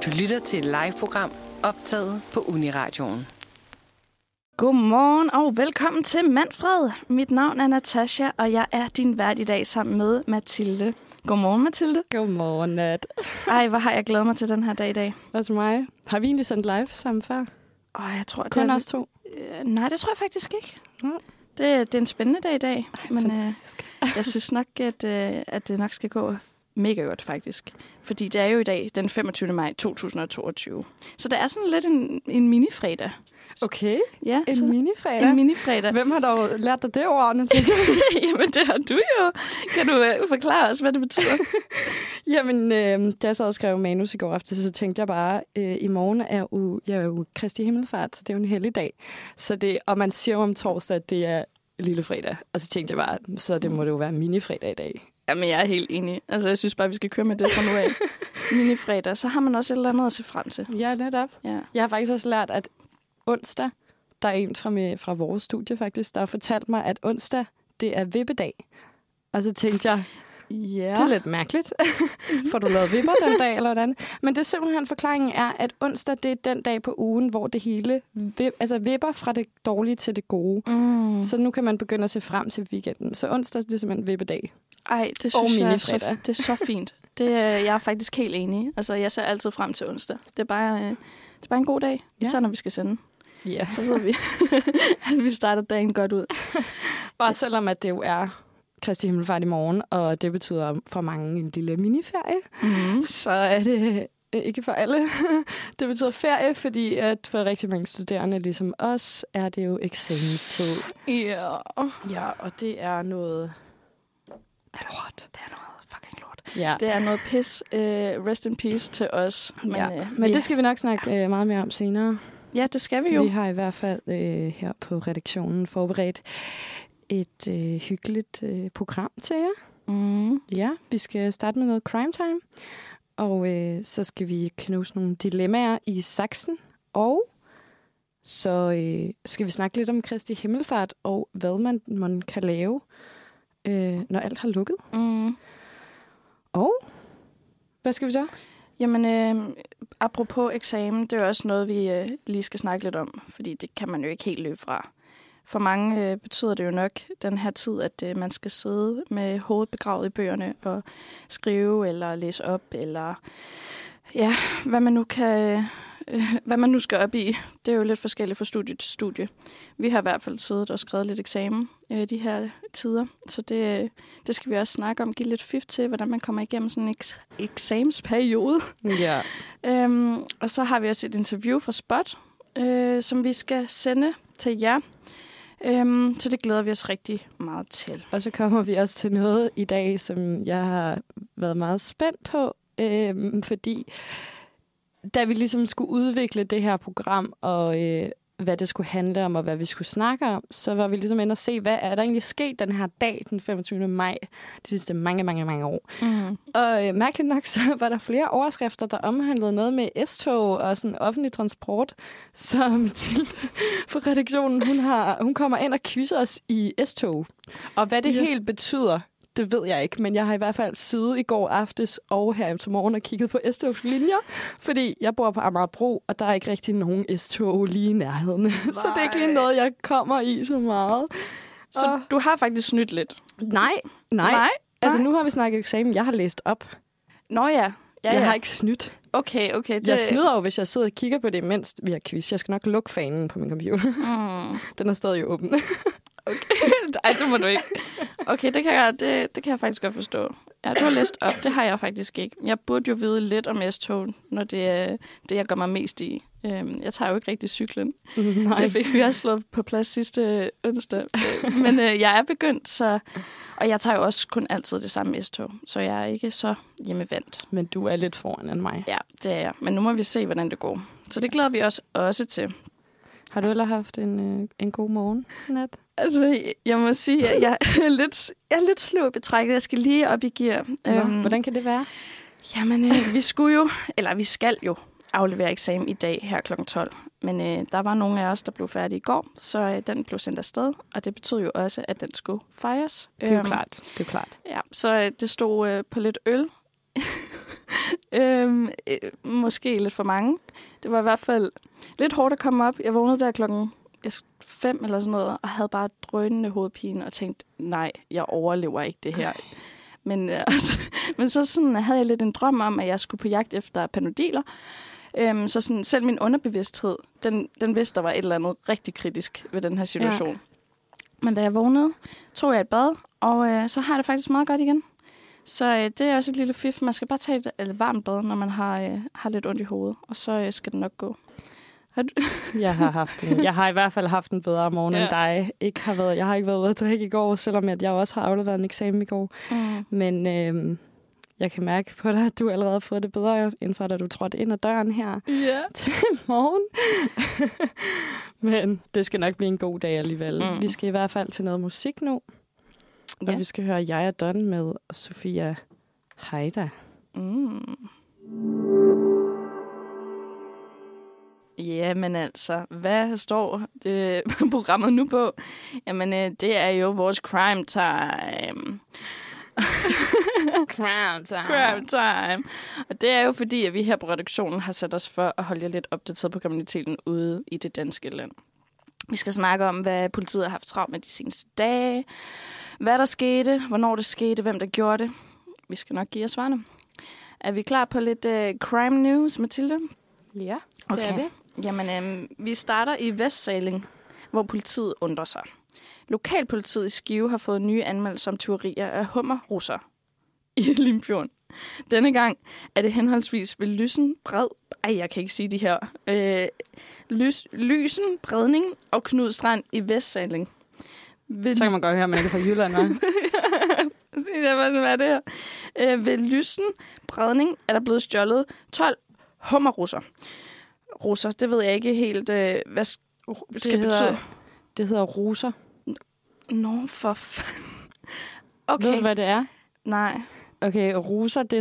Du lytter til et live-program optaget på Uniradioen. Godmorgen og velkommen til Manfred. Mit navn er Natasha, og jeg er din vært i dag sammen med Mathilde. Godmorgen, Mathilde. Godmorgen, Nat. Ej, hvor har jeg glædet mig til den her dag i dag. Også mig. Har vi egentlig sendt live sammen før? Jeg tror, kun os to? Nej, det tror jeg faktisk ikke. Ja. Det er en spændende dag i dag. Men fantastisk. jeg synes nok, at det nok skal gå mega godt, faktisk. Fordi det er jo i dag den 25. maj 2022. Så det er sådan lidt en mini-fredag. Okay, ja, en minifredag. En minifredag. Hvem har dog lært dig det ord, Natasha? Jamen, det har du jo. Kan du forklare os, hvad det betyder? Jamen, da jeg sad og skrev manus i går aftes, så tænkte jeg bare, i morgen er jo Kristi Himmelfart, så det er jo en hellig dag. Og man siger jo om torsdag, at det er lille fredag. Og så tænkte jeg bare, så det må det jo være minifredag i dag. Jamen, jeg er helt enig. Altså, jeg synes bare, vi skal køre med det fra nu af. Minifredag, så har man også et eller andet at se frem til. Ja, netop. Ja. Jeg har faktisk også lært, at onsdag, der er en fra vores studie faktisk, der har fortalt mig, at onsdag, det er vippedag. Og så tænkte jeg, det er lidt mærkeligt. Får du lavet vipper den dag, eller hvordan? Men det er simpelthen forklaringen er, at onsdag, det er den dag på ugen, hvor det hele vipper fra det dårlige til det gode. Mm. Så nu kan man begynde at se frem til weekenden. Så onsdag, det er simpelthen vippedag. Ej, det synes jeg det er så fint. Jeg er faktisk helt enig. Altså, jeg ser altid frem til onsdag. Det er bare en god dag, især når vi skal sende. Ja. Så ved vi, at vi starter dagen godt ud. Og selvom at det jo er Kristi Himmelfart i morgen, og det betyder for mange en lille miniferie, så er det ikke for alle. Det betyder ferie, fordi at for rigtig mange studerende, ligesom os, er det jo eksamenstid. Ja. Ja, og det er noget lort. Det er noget fucking lort. Ja. Det er noget pis. Rest in peace til os. Men det skal vi nok snakke meget mere om senere. Ja, det skal vi jo. Vi har i hvert fald her på redaktionen forberedt et hyggeligt program til jer. Mm. Ja, vi skal starte med noget crime time. Og så skal vi knuse nogle dilemmaer i saksen. Og så skal vi snakke lidt om Kristi Himmelfart og hvad man kan lave, når alt har lukket. Mm. Og hvad skal vi så? Jamen, apropos eksamen, det er også noget, vi lige skal snakke lidt om, fordi det kan man jo ikke helt løbe fra. For mange betyder det jo nok den her tid, at man skal sidde med hovedet begravet i bøgerne og skrive eller læse op, eller ja, hvad man nu skal op i. Det er jo lidt forskelligt fra studie til studie. Vi har i hvert fald siddet og skrevet lidt eksamen de her tider, så det skal vi også snakke om. Give lidt fif til, hvordan man kommer igennem sådan en eksamensperiode. Ja. Og så har vi også et interview fra Spot, som vi skal sende til jer. Så det glæder vi os rigtig meget til. Og så kommer vi også til noget i dag, som jeg har været meget spændt på, fordi da vi ligesom skulle udvikle det her program, og hvad det skulle handle om, og hvad vi skulle snakke om, så var vi ligesom inde og se, hvad er der egentlig sket den her dag, den 25. maj, de sidste mange, mange, mange år. Mm. Og mærkeligt nok, så var der flere overskrifter, der omhandlede noget med S-tog og sådan offentlig transport. Så Mathilde fra redaktionen, hun kommer ind og quizzer os i S-tog. Og hvad det helt betyder, det ved jeg ikke, men jeg har i hvert fald siddet i går aftes og her til morgen og kigget på S-togslinjer, fordi jeg bor på Amagerbro, og der er ikke rigtig nogen S-tog lige i nærheden. Så det er ikke lige noget, jeg kommer i så meget. Så du har faktisk snydt lidt? Nej. Altså, nu har vi snakket eksamen. Jeg har læst op. Nå ja. Jeg har ikke snydt. Okay. Jeg snyder jo, hvis jeg sidder og kigger på det, mens vi har quiz. Jeg skal nok lukke fanen på min computer. Den er stadig åben. Okay. Ej, det må du ikke. Okay, det kan jeg faktisk godt forstå. Ja, du har læst op. Det har jeg faktisk ikke. Jeg burde jo vide lidt om S-tog, når det er det, jeg gør mig mest i. Jeg tager jo ikke rigtig cyklen. Nej. Det fik vi også slået på plads sidste onsdag. Men jeg er begyndt, så... Og jeg tager jo også kun altid det samme S-tog, så jeg er ikke så hjemmevandt. Men du er lidt foran end mig. Ja, det er jeg. Men nu må vi se, hvordan det går. Så det glæder vi os også til. Har du ellers haft en god morgen, Nat? Altså, jeg må sige, at jeg er lidt sløv i betrækket. Jeg skal lige op i gear. Hvordan kan det være? Jamen, vi skal jo aflevere eksamen i dag her kl. 12. Men der var nogle af os, der blev færdige i går, så den blev sendt afsted. Og det betød jo også, at den skulle fejres. Det er jo klart. Ja, så det stod på lidt øl. måske lidt for mange. Det var i hvert fald lidt hårdt at komme op. Jeg vågnede der klokken 5 eller sådan noget, og havde bare drønende hovedpine, og tænkte, nej, jeg overlever ikke det her. Men så sådan, havde jeg lidt en drøm om, at jeg skulle på jagt efter Panodiler. Så sådan, selv min underbevidsthed, den vidste, der var et eller andet rigtig kritisk ved den her situation. Ja. Men da jeg vågnede, tog jeg et bad, og så har jeg det faktisk meget godt igen. Så det er også et lille fif. Man skal bare tage et varmt bad, når man har lidt ondt i hovedet, og så skal det nok gå. Jeg har i hvert fald haft en bedre morgen end dig. Jeg har ikke været ude at drikke i går, selvom jeg også har afleveret en eksamen i går. Men jeg kan mærke på dig, at du allerede har fået det bedre, end fra da du trådte ind ad døren her til morgen. Men det skal nok blive en god dag alligevel. Vi skal i hvert fald til noget musik nu. Og vi skal høre Jeg er Don med Sofia Heida. Jamen altså, hvad står det programmet nu på? Jamen, det er jo vores crime time. Crime time. Og det er jo fordi, at vi her på redaktionen har sat os for at holde jer lidt opdateret på kriminaliteten ude i det danske land. Vi skal snakke om, hvad politiet har haft travlt med de seneste dage, hvad der skete, hvornår det skete, hvem der gjorde det. Vi skal nok give jer svarene. Er vi klar på lidt crime news, Mathilde? Ja, det er vi. Jamen, vi starter i Vestsaling, hvor politiet undrer sig. Lokalpolitiet i Skive har fået nye anmeldelser om tyverier af hummerrusser i Limfjorden. Denne gang er det henholdsvis ved jeg kan ikke sige de her. Lysen, Bredning og Knud Strand i Vestsaling. Så kan man godt høre, at man ikke er fra Jylland, hva'? Hvad er det her? Ved Lysen, Bredning er der blevet stjålet 12 hummerrusser. Russer, det ved jeg ikke helt, hvad skal betyde. Det hedder russer. Nå, for fanden. Okay. Ved du, hvad det er? Nej. Okay, russer, det er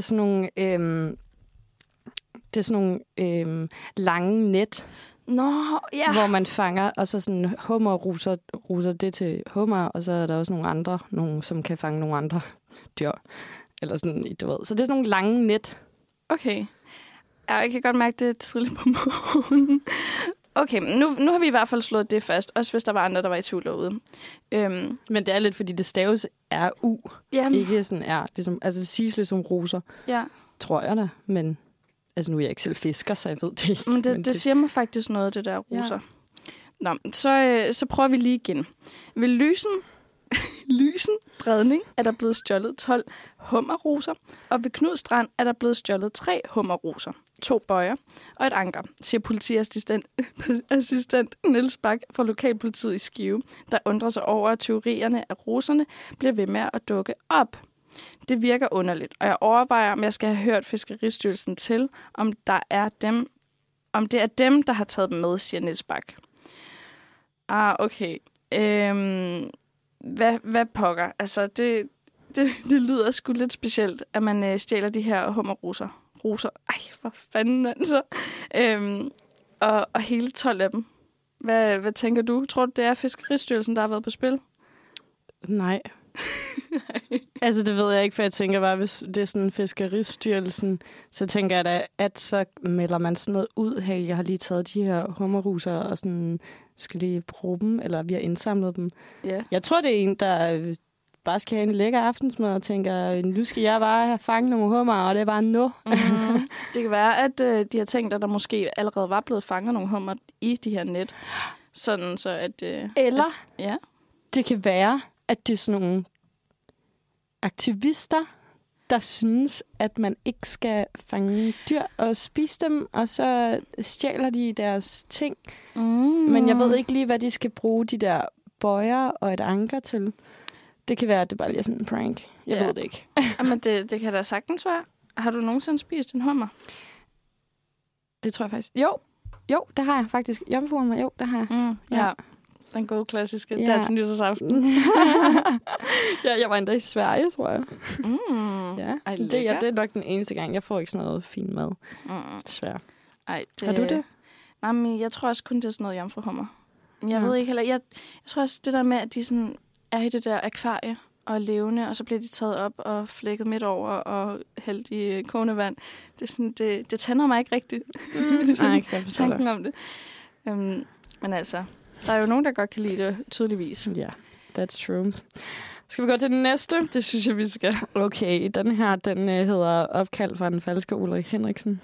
sådan nogle, lange net. Nå, ja. Hvor man fanger, og så sådan hummerrusser det til hummer, og så er der også nogle som kan fange nogle andre dyr. Eller sådan, du ved. Så det er sådan nogle lange net. Okay. Ja, jeg kan godt mærke, det er tidligt på morgenen. Okay, nu har vi i hvert fald slået det fast, også hvis der var andre, der var i tvivl derude. Men det er lidt, fordi det staves R-U, ikke sådan R. Altså det siges lidt som roser, tror jeg da. Men altså, nu er jeg ikke selv fisker, så jeg ved det ikke. Men det siger mig faktisk noget, det der roser. Ja. Nå, så prøver vi lige igen. Ved Lysen Bredning er der blevet stjålet 12 hummerroser, og ved Knud Strand er der blevet stjålet 3 hummerroser, 2 bøjer og et anker, siger politiassistent Niels Bak fra lokalpolitiet i Skive, der undrer sig over, at tyverierne af roserne bliver ved med at dukke op. Det virker underligt, og jeg overvejer, om jeg skal have hørt Fiskeristyrelsen til, om det er dem, der har taget dem med, siger Niels Bak. Okay. Hvad pokker? Altså, det lyder sgu lidt specielt, at man stjæler de her hummerroser. Ej, for fanden altså. Og hele 12 af dem. Hvad tænker du? Tror du, det er Fiskeristyrelsen, der har været på spil? Nej. Altså, det ved jeg ikke, for jeg tænker bare, hvis det er sådan Fiskeristyrelsen, så tænker jeg da, at så melder man sådan noget ud. Hey, jeg har lige taget de her hummerruser og sådan, skal lige bruge dem, eller vi har indsamlet dem. Yeah. Jeg tror, det er en, der bare skal have en lækker aftensmad og tænker, nu skal jeg bare have fanget nogle hummer, og det er bare nu. Det kan være, at de har tænkt, at der måske allerede var blevet fanget nogle hummer i de her net. Sådan så, at... Eller det kan være, at det er sådan nogle aktivister, der synes, at man ikke skal fange dyr og spise dem, og så stjæler de deres ting. Men jeg ved ikke lige, hvad de skal bruge de der bøjer og et anker til. Det kan være, at det bare lige er sådan en prank. Jeg ved det ikke. Men det kan da sagtens være. Har du nogensinde spist en hummer? Det tror jeg faktisk. Jo, det har jeg faktisk. Jomfruhummer, jo, det har jeg. Ja. Den gode klassiske. Der til nytårsaften. Jeg var endda i Sverige, tror jeg. Det er nok den eneste gang. Jeg får ikke sådan noget fint mad. Desværre. Har du det? Nej, men jeg tror også kun, det er sådan noget jomfruhummer. Jeg ved ikke heller. Jeg tror også, det der med, at de sådan er i det der akvarie, og levende, og så bliver de taget op og flækket midt over og hældt i kogende vand. Det er sådan, det tænder mig ikke rigtigt. Nej, kan jeg forstå tanken om det. Men altså, der er jo nogen, der godt kan lide det, tydeligvis. Ja, that's true. Skal vi gå til den næste? Det synes jeg, vi skal. Okay, den her, den hedder Opkald fra den falske Ulrik Henriksen.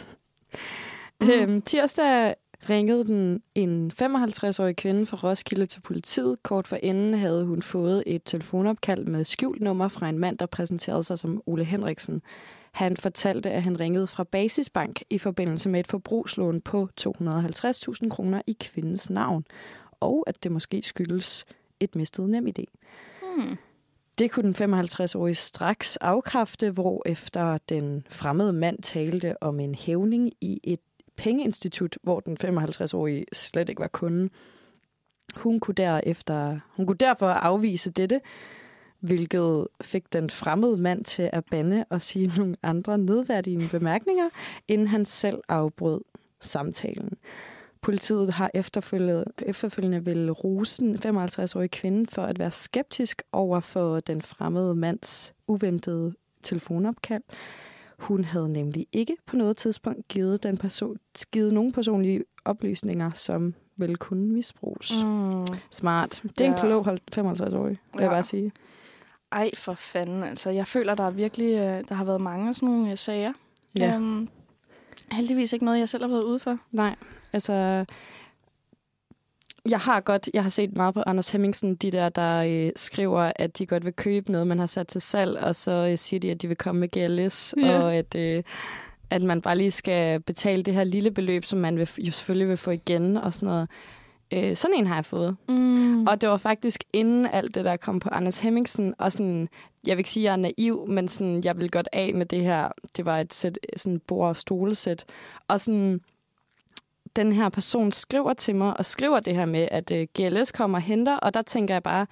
Tirsdag ringede en 55-årig kvinde fra Roskilde til politiet. Kort forinden havde hun fået et telefonopkald med skjult nummer fra en mand, der præsenterede sig som Ole Henriksen. Han fortalte, at han ringede fra Basisbank i forbindelse med et forbrugslån på 250.000 kroner i kvindens navn, og at det måske skyldes et mistet NemID. Det kunne den 55-årige straks afkræfte, hvorefter den fremmede mand talte om en hævning i et pengeinstitut, hvor den 55-årige slet ikke var kunde. Hun kunne derfor afvise dette, hvilket fik den fremmede mand til at bande og sige nogle andre nedværdigende bemærkninger, inden han selv afbrød samtalen. Politiet har efterfølgende vil rose den 55-årige kvinde for at være skeptisk over for den fremmede mands uventede telefonopkald. Hun havde nemlig ikke på noget tidspunkt givet nogen personlige oplysninger, som vel kunne misbruges. Smart. Det er en klog 55-årig, vil jeg bare sige. Ej, for fanden. Altså, jeg føler, der har været mange sådan nogle sager. Ja. Heldigvis ikke noget, jeg selv har været ude for. Nej, altså... Jeg har set meget på Anders Hemmingsen, de der skriver, at de godt vil købe noget, man har sat til salg, og så siger de, at de vil komme med GLS, og at man bare lige skal betale det her lille beløb, som man jo selvfølgelig vil få igen, og sådan noget. Sådan en har jeg fået. Og det var faktisk inden alt det, der kom på Anders Hemmingsen, og sådan, jeg vil ikke sige, at jeg er naiv, men sådan, jeg vil godt af med det her. Det var et sæt, sådan bord- og stolesæt. Og sådan... Den her person skriver til mig, og skriver det her med, at GLS kommer og henter, og der tænker jeg bare,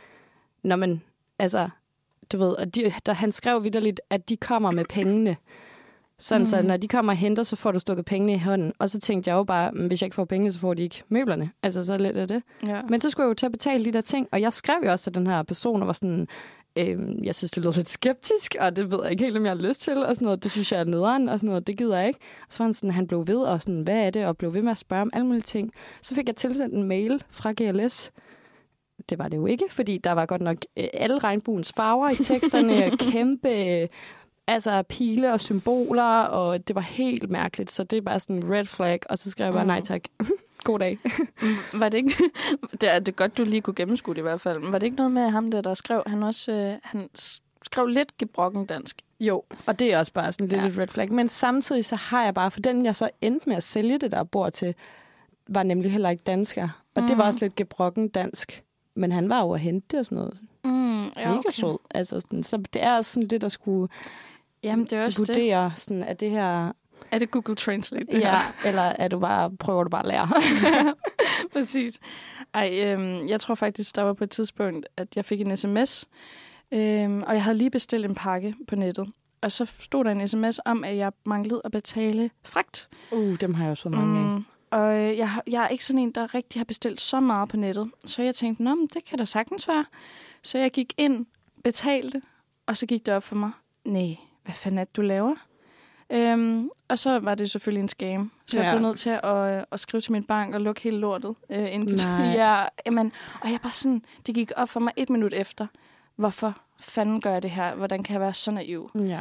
du ved, og han skrev vitterligt, at de kommer med pengene. Sådan, så når de kommer og henter, så får du stukket pengene i hånden. Og så tænkte jeg jo bare, hvis jeg ikke får pengene, så får de ikke møblerne. Altså, så lidt af det. Ja. Men så skulle jeg jo til at betale de der ting, og jeg skrev jo også til den her person, og var sådan... jeg synes, det lød lidt skeptisk, og det ved jeg ikke helt, om jeg har lyst til, og sådan noget. Det synes jeg er nederen, og sådan noget. Det gider jeg ikke. Og så var han sådan, han blev ved, og sådan, hvad er det? Og blev ved med at spørge om alle mulige ting. Så fik jeg tilsendt en mail fra GLS. Det var det jo ikke, fordi der var godt nok alle regnbuens farver i teksterne, kæmpe pile og symboler, og det var helt mærkeligt. Så det er bare sådan en red flag, og så skrev jeg bare nej tak. God dag. Var det ikke... Det er godt, du lige kunne gennemskue det i hvert fald. Men var det ikke noget med ham der skrev? Han skrev lidt gebrokken dansk. Jo, og det er også bare sådan lidt et red flag. Men samtidig så har jeg bare, for den jeg så endte med at sælge det der bord til, var nemlig heller ikke dansker. Og det var også lidt gebrokken dansk. Men han var jo at hente det og sådan noget. Mega sød. Altså, sådan, så det er sådan lidt at skulle det er også vurdere, sådan, at det her... Er det Google Translate? Det ja, her? eller prøver du bare at lære? Præcis. Jeg tror faktisk, der var på et tidspunkt, at jeg fik en sms, og jeg havde lige bestilt en pakke på nettet. Og så stod der en sms om, at jeg manglede at betale fragt. Dem har jeg også fået mange af. Og jeg er ikke sådan en, der rigtig har bestilt så meget på nettet. Så jeg tænkte, det kan da sagtens være. Så jeg gik ind, betalte, og så gik det op for mig. Nej, hvad fanden er det, du laver? Og så var det selvfølgelig en scam. Så jeg blev nødt til at skrive til min bank og lukke hele lortet. Og jeg bare sådan, det gik op for mig 1 minut efter. Hvorfor fanden gør jeg det her? Hvordan kan jeg være så naiv? Ja.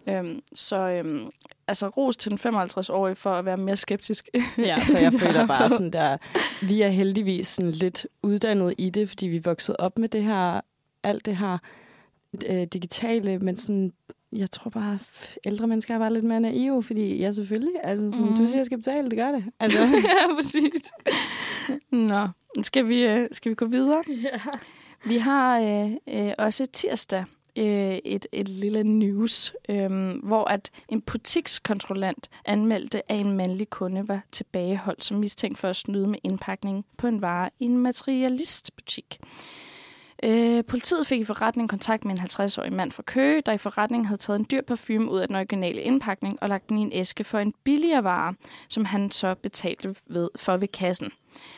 Ros til den 55-årige for at være mere skeptisk. Ja, for jeg føler bare sådan der, vi er heldigvis sådan lidt uddannet i det, fordi vi voksede op med det her, alt det her digitale, men sådan, jeg tror bare, ældre mennesker er bare lidt mere naive, fordi selvfølgelig, altså sådan, du siger, jeg skal betale, det gør det. Altså. Ja, præcis. Nå, skal vi gå videre? Ja. Vi har også tirsdag et lille news, hvor at en butikskontrollant anmeldte, at en mandlig kunde var tilbageholdt som mistænkt for at snyde med indpakning på en vare i en materialistbutik. Politiet fik i forretning kontakt med en 50-årig mand fra Køge, der i forretningen havde taget en dyr parfume ud af den originale indpakning og lagt den i en æske for en billigere vare, som han så betalte for ved kassen.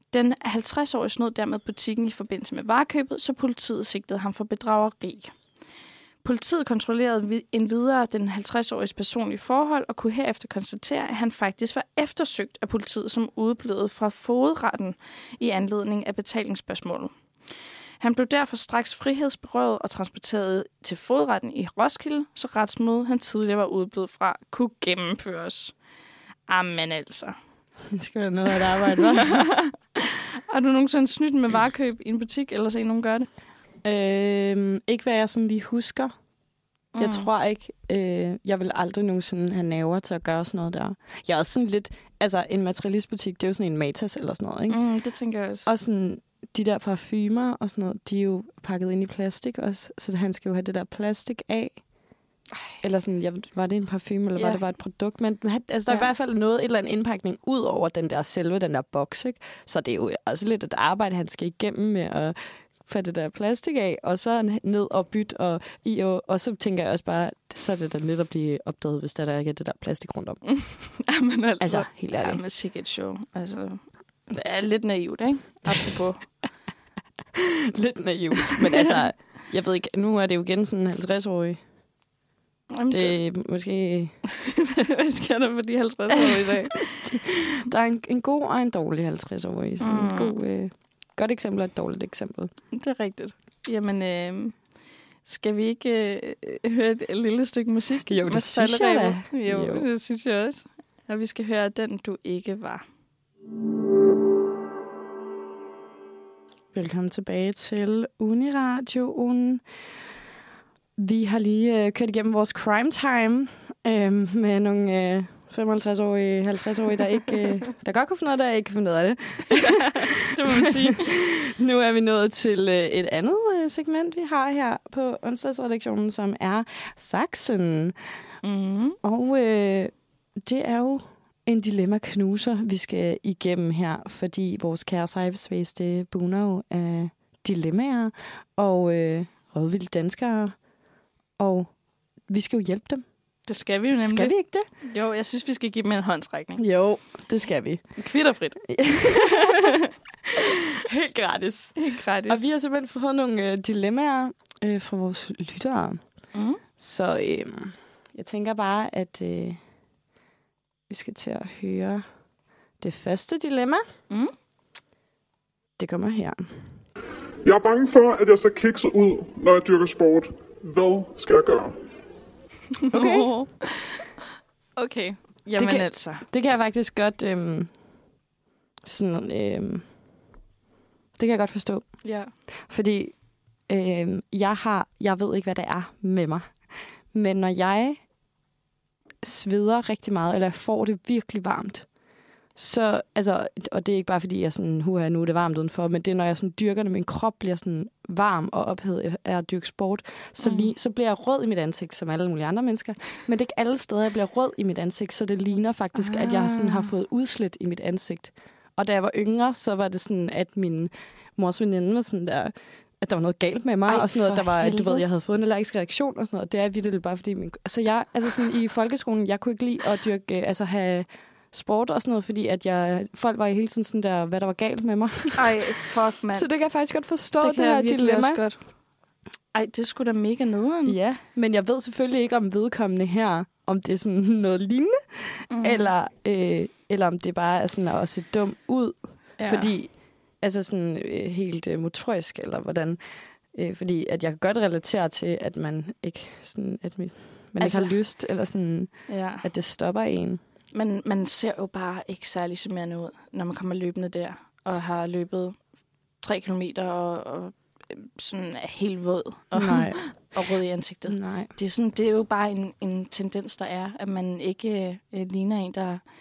Den 50-årige snød dermed butikken i forbindelse med varekøbet, så politiet sigtede ham for bedrageri. Politiet kontrollerede endvidere den 50-åriges personlige forhold og kunne herefter konstatere, at han faktisk var eftersøgt af politiet som udeblevet fra fogedretten i anledning af betalingsspørgsmålet. Han blev derfor straks frihedsberøvet og transporteret til fogedretten i Roskilde, så retsmødet han tidligere var udeblevet fra kunne gennemføres. Amen altså. Det skal være noget af et arbejde, hva'? Har du nogensinde snydt med varekøb i en butik, eller set nogen gøre det? Ikke hvad jeg sådan lige husker. Jeg tror ikke, jeg vil aldrig nogensinde have nerver til at gøre sådan noget der. Jeg er også sådan lidt, altså en materialistbutik, det er jo sådan en Matas eller sådan noget, ikke? Det tænker jeg også. Og sådan de der parfumer og sådan noget, de er jo pakket ind i plastik også, så han skal jo have det der plastik af. Eller sådan, var det en parfume, eller var det bare et produkt? Men altså, der er i hvert fald et eller andet indpakning ud over den der boks, ikke? Så det er jo også lidt et arbejde, han skal igennem med at få det der plastik af, og så ned og bytte, og så tænker jeg også bare, så er det da lidt at blive opdaget, hvis der ikke er det der plastik rundt om. Jamen altså, helt ærligt. Ja, med sikkert show. Altså, det er lidt naivt, ikke? Apropos. Lidt naivt. Men altså, jeg ved ikke, nu er det jo igen sådan 50-årige. Jamen, det er måske... Hvad sker der for de 50-årige i dag? Der er en god og en dårlig 50-årige. Sådan en god... godt eksempel og et dårligt eksempel. Det er rigtigt. Jamen, skal vi ikke høre et lille stykke musik? Jo, det synes jeg da. Jo, det synes jeg også. Og vi skal høre Den du ikke var. Velkommen tilbage til Uniradioen. Vi har lige kørt igennem vores crime time med nogle 55-årige, 50-årige, der godt kunne finde noget, der ikke kan finde noget af det. Det må man sige. Nu er vi nået til et andet segment, vi har her på onsdagsredaktionen, som er Saxen. Mm. Og det er jo en dilemma-knuser, vi skal igennem her, fordi vores kære cyberspace, det buner jo af dilemmaer og rådvilde danskere, og vi skal jo hjælpe dem. Det skal vi jo nemlig. Skal vi ikke det? Jo, jeg synes, vi skal give dem en håndsrækning. Jo, det skal vi. Kvitterfrit. Helt gratis. Helt gratis. Og vi har simpelthen fået nogle dilemmaer fra vores lyttere. Mm. Så jeg tænker bare, at vi skal til at høre det første dilemma. Mm. Det kommer her. Jeg er bange for, at jeg ser kikset ud, når jeg dyrker sport. Hvad skal jeg gøre? Okay. Okay. Jamen altså. Det kan jeg faktisk godt det kan jeg godt forstå. Ja. Fordi jeg ved ikke, hvad det er med mig. Men når jeg sveder rigtig meget, eller jeg får det virkelig varmt, så, altså, og det er ikke bare fordi, jeg sådan, nu er det varmt udenfor, men det er, når jeg sådan dyrker det, min krop bliver sådan varm og ophedet af at dyrke sport, så bliver jeg rød i mit ansigt, som alle mulige andre mennesker. Men det er ikke alle steder, jeg bliver rød i mit ansigt, så det ligner faktisk, at jeg sådan har fået udslæt i mit ansigt. Og da jeg var yngre, så var det sådan, at min mors veninde var sådan der, at der var noget galt med mig, og sådan noget, der var, at du ved, jeg havde fået en allergisk reaktion og sådan noget. Det er vitterligt bare fordi så jeg, altså sådan i folkeskolen, jeg kunne ikke lide at dyrke, altså have sport og sådan noget, fordi at folk var hele tiden sådan der, hvad der var galt med mig. Ej, fuck, mand. Så det kan jeg faktisk godt forstå, det her dilemma. Godt. Ej, det skulle da mega nederen. Ja, men jeg ved selvfølgelig ikke om vedkommende her, om det er sådan noget lignende, eller om det bare er sådan at se dum ud, fordi altså sådan helt motorisk, eller hvordan, fordi at jeg kan godt relatere til, at man ikke sådan, at man ikke har lyst, eller sådan, at det stopper en. Men man ser jo bare ikke særlig charmerende ud, når man kommer løbende der, og har løbet 3 kilometer, og sådan er helt våd, og rød i ansigtet. Nej. Det er jo bare en tendens, der er, at man ikke ligner en,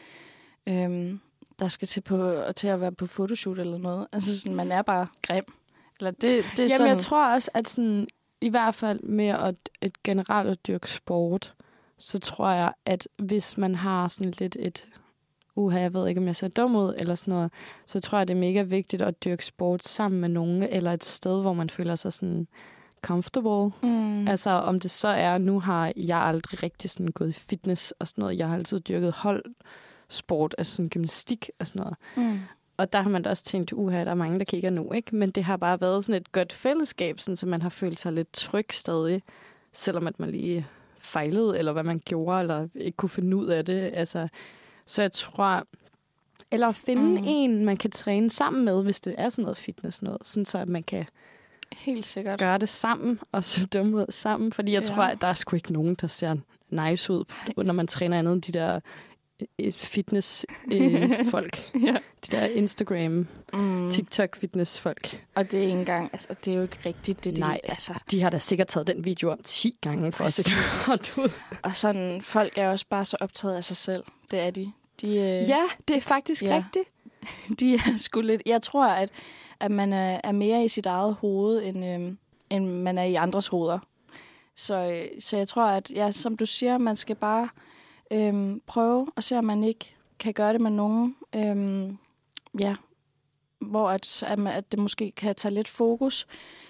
der skal til at være på fotoshoot eller noget. Altså, sådan, man er bare grim. Eller det er jamen, sådan. jeg tror også, at sådan, i hvert fald med at generelt at dyrke sport, så tror jeg, at hvis man har sådan lidt jeg ved ikke, om jeg ser dum ud, eller sådan noget, så tror jeg, det er mega vigtigt at dyrke sport sammen med nogen, eller et sted, hvor man føler sig sådan comfortable. Mm. Altså, om det så er, nu har jeg aldrig rigtig sådan gået i fitness og sådan noget. Jeg har altid dyrket holdsport, altså sådan gymnastik og sådan noget. Og der har man da også tænkt, der er mange, der kigger nu, ikke? Men det har bare været sådan et godt fællesskab, sådan, så man har følt sig lidt tryg stadig, selvom at man lige fejlede, eller hvad man gjorde, eller ikke kunne finde ud af det. Altså, så jeg tror... Eller finde en, man kan træne sammen med, hvis det er sådan noget fitness noget, sådan så at man kan helt sikkert gøre det sammen, og se dumme ud sammen. Fordi jeg tror, at der er sgu ikke nogen, der ser nice ud, når man træner andet end de der fitness-folk. Ja. De der Instagram, TikTok-fitness-folk. Og det er ikke engang, altså det er jo ikke rigtigt. Det, nej, altså. De har da sikkert taget den video om 10 gange for at se godt ud. Og sådan, folk er også bare så optaget af sig selv. Det er de. Ja, det er faktisk rigtigt. De er sgu lidt... Jeg tror, at man er mere i sit eget hoved, end man er i andres hoveder. Så jeg tror, at som du siger, man skal bare prøve at se, om man ikke kan gøre det med nogen. Hvor at det måske kan tage lidt fokus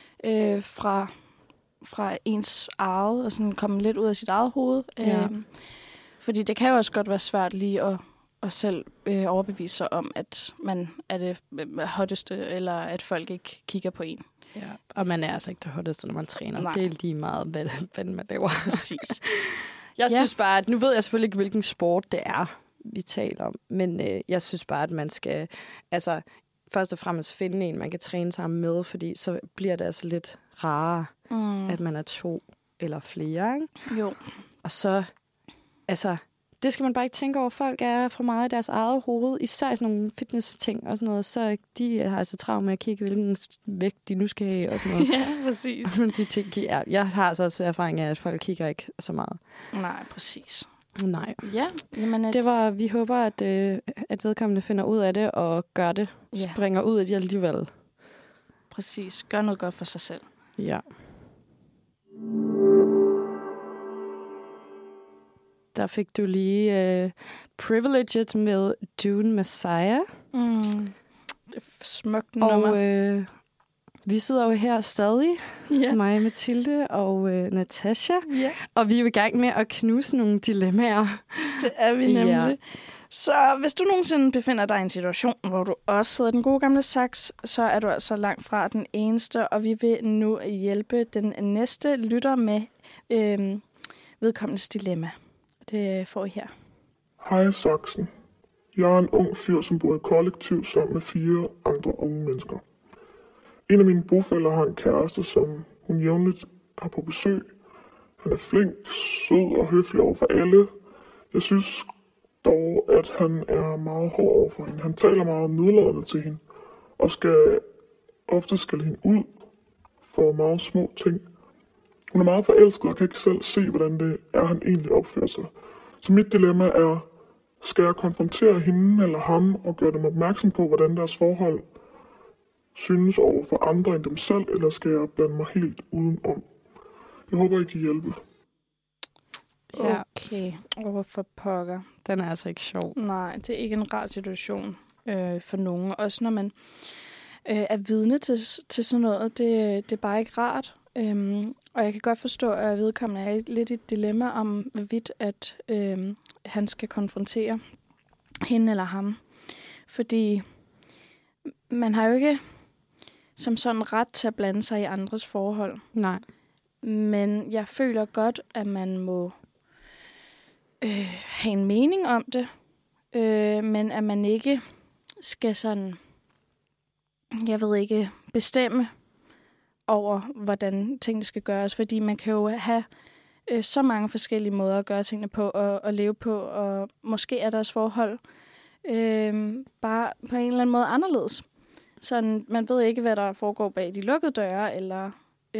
fra ens eget, og sådan komme lidt ud af sit eget hoved. Ja. Fordi det kan jo også godt være svært lige at selv overbevise sig om, at man er det hotteste, eller at folk ikke kigger på en. Ja, og man er altså ikke det hotteste, når man træner. Nej. Det er lige meget, hvad man laver. Præcis. Jeg synes bare, at nu ved jeg selvfølgelig ikke, hvilken sport det er, vi taler om. Men jeg synes bare, at man skal først og fremmest finde en, man kan træne sammen med, fordi så bliver det altså lidt rarere, at man er 2 eller flere. Ikke? Jo. Og så, det skal man bare ikke tænke over. Folk er for meget i deres eget hoved, især sådan nogle fitness-ting og sådan noget, så de har altså travlt med at kigge, hvilken vægt de nu skal have og sådan noget. Ja, præcis. De ting, jeg har altså også erfaring af, at folk kigger ikke så meget. Nej, præcis. Nej. Ja, jamen vi håber, at vedkommende finder ud af det og gør det. Ja. Springer ud af det alligevel. Præcis. Gør noget godt for sig selv. Ja. Der fik du lige Privileged med Dune Messiah. Det er smukt nummer. Og vi sidder jo her stadig, ja. Mig, Mathilde og Natasha. Ja. Og vi er i gang med at knuse nogle dilemmaer. Det er vi nemlig. Ja. Så hvis du nogensinde befinder dig i en situation, hvor du også sidder den gode gamle saks, så er du altså langt fra den eneste, og vi vil nu hjælpe den næste lytter med vedkommendes dilemma. Det får I her. Hej Saksen. Jeg er en ung fyr, som bor i kollektiv sammen med 4 andre unge mennesker. En af mine bofæller har en kæreste, som hun jævnligt har på besøg. Han er flink, sød og høflig over for alle. Jeg synes dog, at han er meget hård over for hende. Han taler meget nedladende til hende, og skal ofte skælde hende ud for meget små ting. Hun er meget forelsket og kan ikke selv se, hvordan det er, han egentlig opfører sig. Så mit dilemma er, skal jeg konfrontere hende eller ham og gøre dem opmærksom på, hvordan deres forhold synes over for andre end dem selv, eller skal jeg blande mig helt udenom? Jeg håber, I kan hjælpe. Ja. Okay, for pokker. Den er altså ikke sjov. Nej, det er ikke en rar situation for nogen. Også når man er vidne til sådan noget, det er bare ikke rart. Og jeg kan godt forstå, at vedkommende er lidt i et dilemma om, hvorvidt at han skal konfrontere hende eller ham. Fordi man har jo ikke som sådan ret til at blande sig i andres forhold. Nej. Men jeg føler godt, at man må have en mening om det, men at man ikke skal sådan, jeg ved ikke, bestemme over, hvordan tingene skal gøres, fordi man kan jo have så mange forskellige måder at gøre tingene på og leve på, og måske er deres forhold bare på en eller anden måde anderledes. Så man ved ikke, hvad der foregår bag de lukkede døre, eller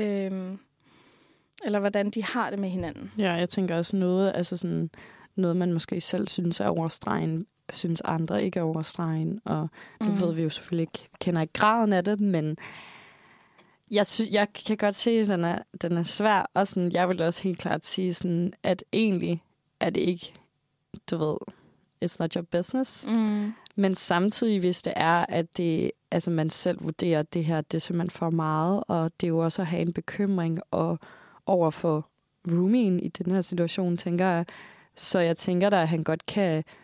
hvordan de har det med hinanden. Ja, jeg tænker også noget, man måske selv synes er overstregen, synes andre ikke er overstregen, og det ved vi jo selvfølgelig ikke, kender ikke graden af det, men jeg kan godt se, at den er svær, og sådan, jeg vil også helt klart sige, sådan, at egentlig er det ikke, du ved, it's not your business, men samtidig, hvis det er, at det, altså man selv vurderer, at det her, det er simpelthen for meget, og det er jo også at have en bekymring over for roomien i den her situation, tænker jeg. Så jeg tænker da, at han godt kan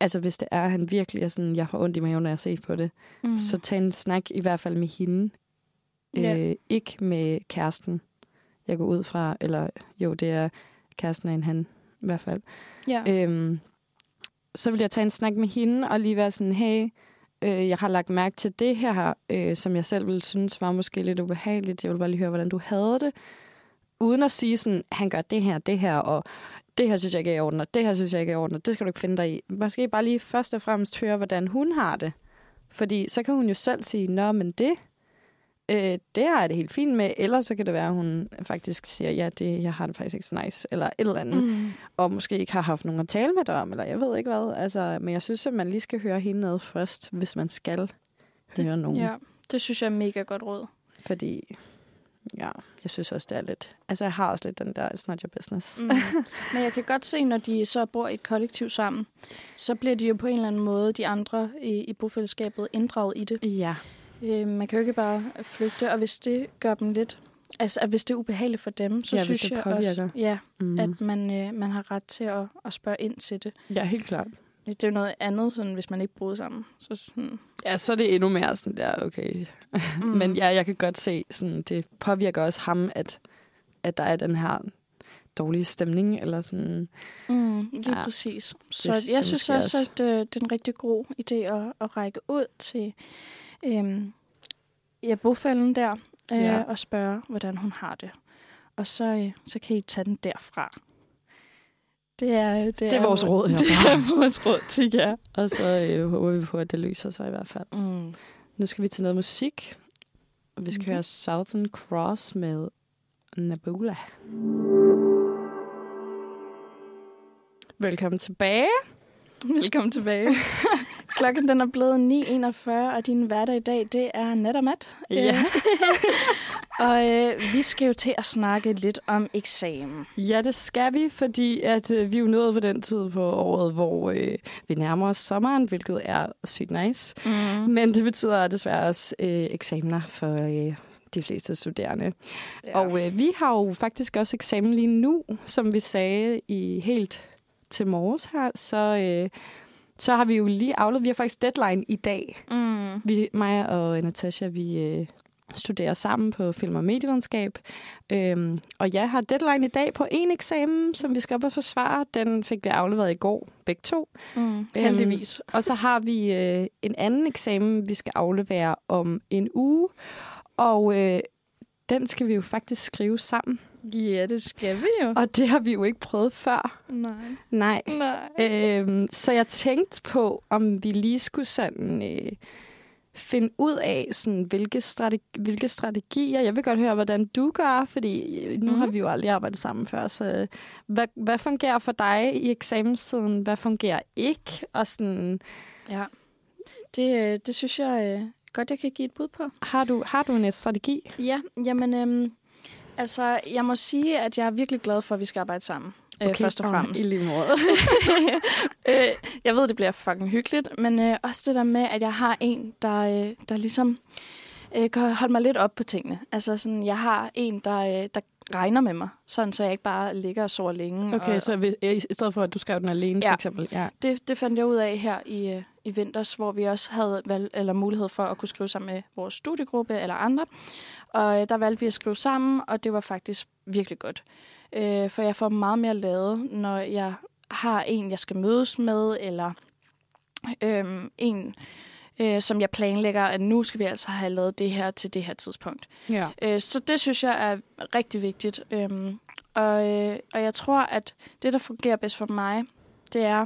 altså hvis det er, han virkelig er sådan, jeg har ondt i maven, når jeg ser på det, så tag en snak i hvert fald med hende. Ikke med kæresten. Jeg går ud fra, eller jo, det er kæresten af en han, i hvert fald. Ja. Så vil jeg tage en snak med hende, og lige være sådan, hey, jeg har lagt mærke til det her, som jeg selv ville synes var måske lidt ubehageligt. Jeg vil bare lige høre, hvordan du havde det. Uden at sige sådan, han gør det her, og det her synes jeg ikke er i orden, og det her synes jeg ikke er i orden, og det skal du ikke finde dig i. Måske bare lige først og fremmest høre, hvordan hun har det. Fordi så kan hun jo selv sige, nå, men det har jeg det helt fint med. Eller så kan det være, at hun faktisk siger, ja, jeg har det faktisk ikke så nice, eller et eller andet. Og måske ikke har haft nogen at tale med dig om, eller jeg ved ikke hvad. Altså, men jeg synes, at man lige skal høre hende noget først, hvis man skal høre nogen. Ja, det synes jeg er mega godt råd. Fordi, ja, jeg synes også, det er lidt... Altså, jeg har også lidt den der, it's not your business. Men jeg kan godt se, når de så bor i et kollektiv sammen, så bliver de jo på en eller anden måde, de andre i bofællesskabet, inddraget i det. Ja. Man kan jo ikke bare flygte, og hvis det gør dem lidt... Altså, at hvis det er ubehageligt for dem, så synes jeg også, at man har ret til at spørge ind til det. Ja, helt klart. Det er jo noget andet, sådan, hvis man ikke bor sammen. Så sådan. Ja, så er det endnu mere sådan der, okay. Men ja, jeg kan godt se, sådan, det påvirker også ham, at der er den her dårlige stemning, eller sådan. Lige præcis. Så jeg synes også, at det er en rigtig god idé at række ud til bofælden der, og spørge, hvordan hun har det. Og så kan I tage den derfra. Det er vores råd herfra. Det er vores råd til jer. Og så håber vi på, at det løser sig i hvert fald. Nu skal vi til noget musik. Vi skal høre Southern Cross med Nabula. Velkommen tilbage. Velkommen tilbage. Klokken den er blevet 9:41, og din hverdag i dag, det er Net og Mat. Ja. Og vi skal jo til at snakke lidt om eksamen. Ja, det skal vi, fordi at vi er jo nået på den tid på året, hvor vi nærmer os sommeren, hvilket er sygt nice. Men det betyder desværre også eksamener for de fleste studerende. Ja. Og vi har jo faktisk også eksamen lige nu, som vi sagde i helt til morges her, så har vi jo lige afleveret. Vi har faktisk deadline i dag. Mig og Natasha, vi studerer sammen på film- og medievidenskab. Og jeg har deadline i dag på en eksamen, som vi skal op og forsvare. Den fik vi afleveret i går, begge to. Heldigvis. Og så har vi en anden eksamen, vi skal aflevere om en uge. Og den skal vi jo faktisk skrive sammen. Ja, det skal vi jo. Og det har vi jo ikke prøvet før. Nej. Så jeg tænkte på, om vi lige skulle sådan finde ud af, sådan, hvilke strategier. Jeg vil godt høre, hvordan du gør, fordi nu har vi jo aldrig arbejdet sammen før. Så hvad fungerer for dig i eksamenstiden? Hvad fungerer ikke? Og sådan... Ja, det synes jeg godt, jeg kan give et bud på. Har du en strategi? Ja, jamen... Altså, jeg må sige, at jeg er virkelig glad for, at vi skal arbejde sammen. Okay, først og fremmest. I lige måde. Jeg ved, det bliver fucking hyggeligt, men også det der med, at jeg har en, der ligesom kan holde mig lidt op på tingene. Altså, sådan, jeg har en, der regner med mig, sådan så jeg ikke bare ligger og sover længe. Okay, så i stedet for, at du skrev den alene, for eksempel? Ja, det fandt jeg ud af her i vinters, hvor vi også havde mulighed for at kunne skrive sammen med vores studiegruppe eller andre. Og der valgte vi at skrive sammen, og det var faktisk virkelig godt. For jeg får meget mere lavet, når jeg har en, jeg skal mødes med, eller en, som jeg planlægger, at nu skal vi altså have lavet det her til det her tidspunkt. Ja. Så det synes jeg er rigtig vigtigt. Og jeg tror, at det, der fungerer bedst for mig, det er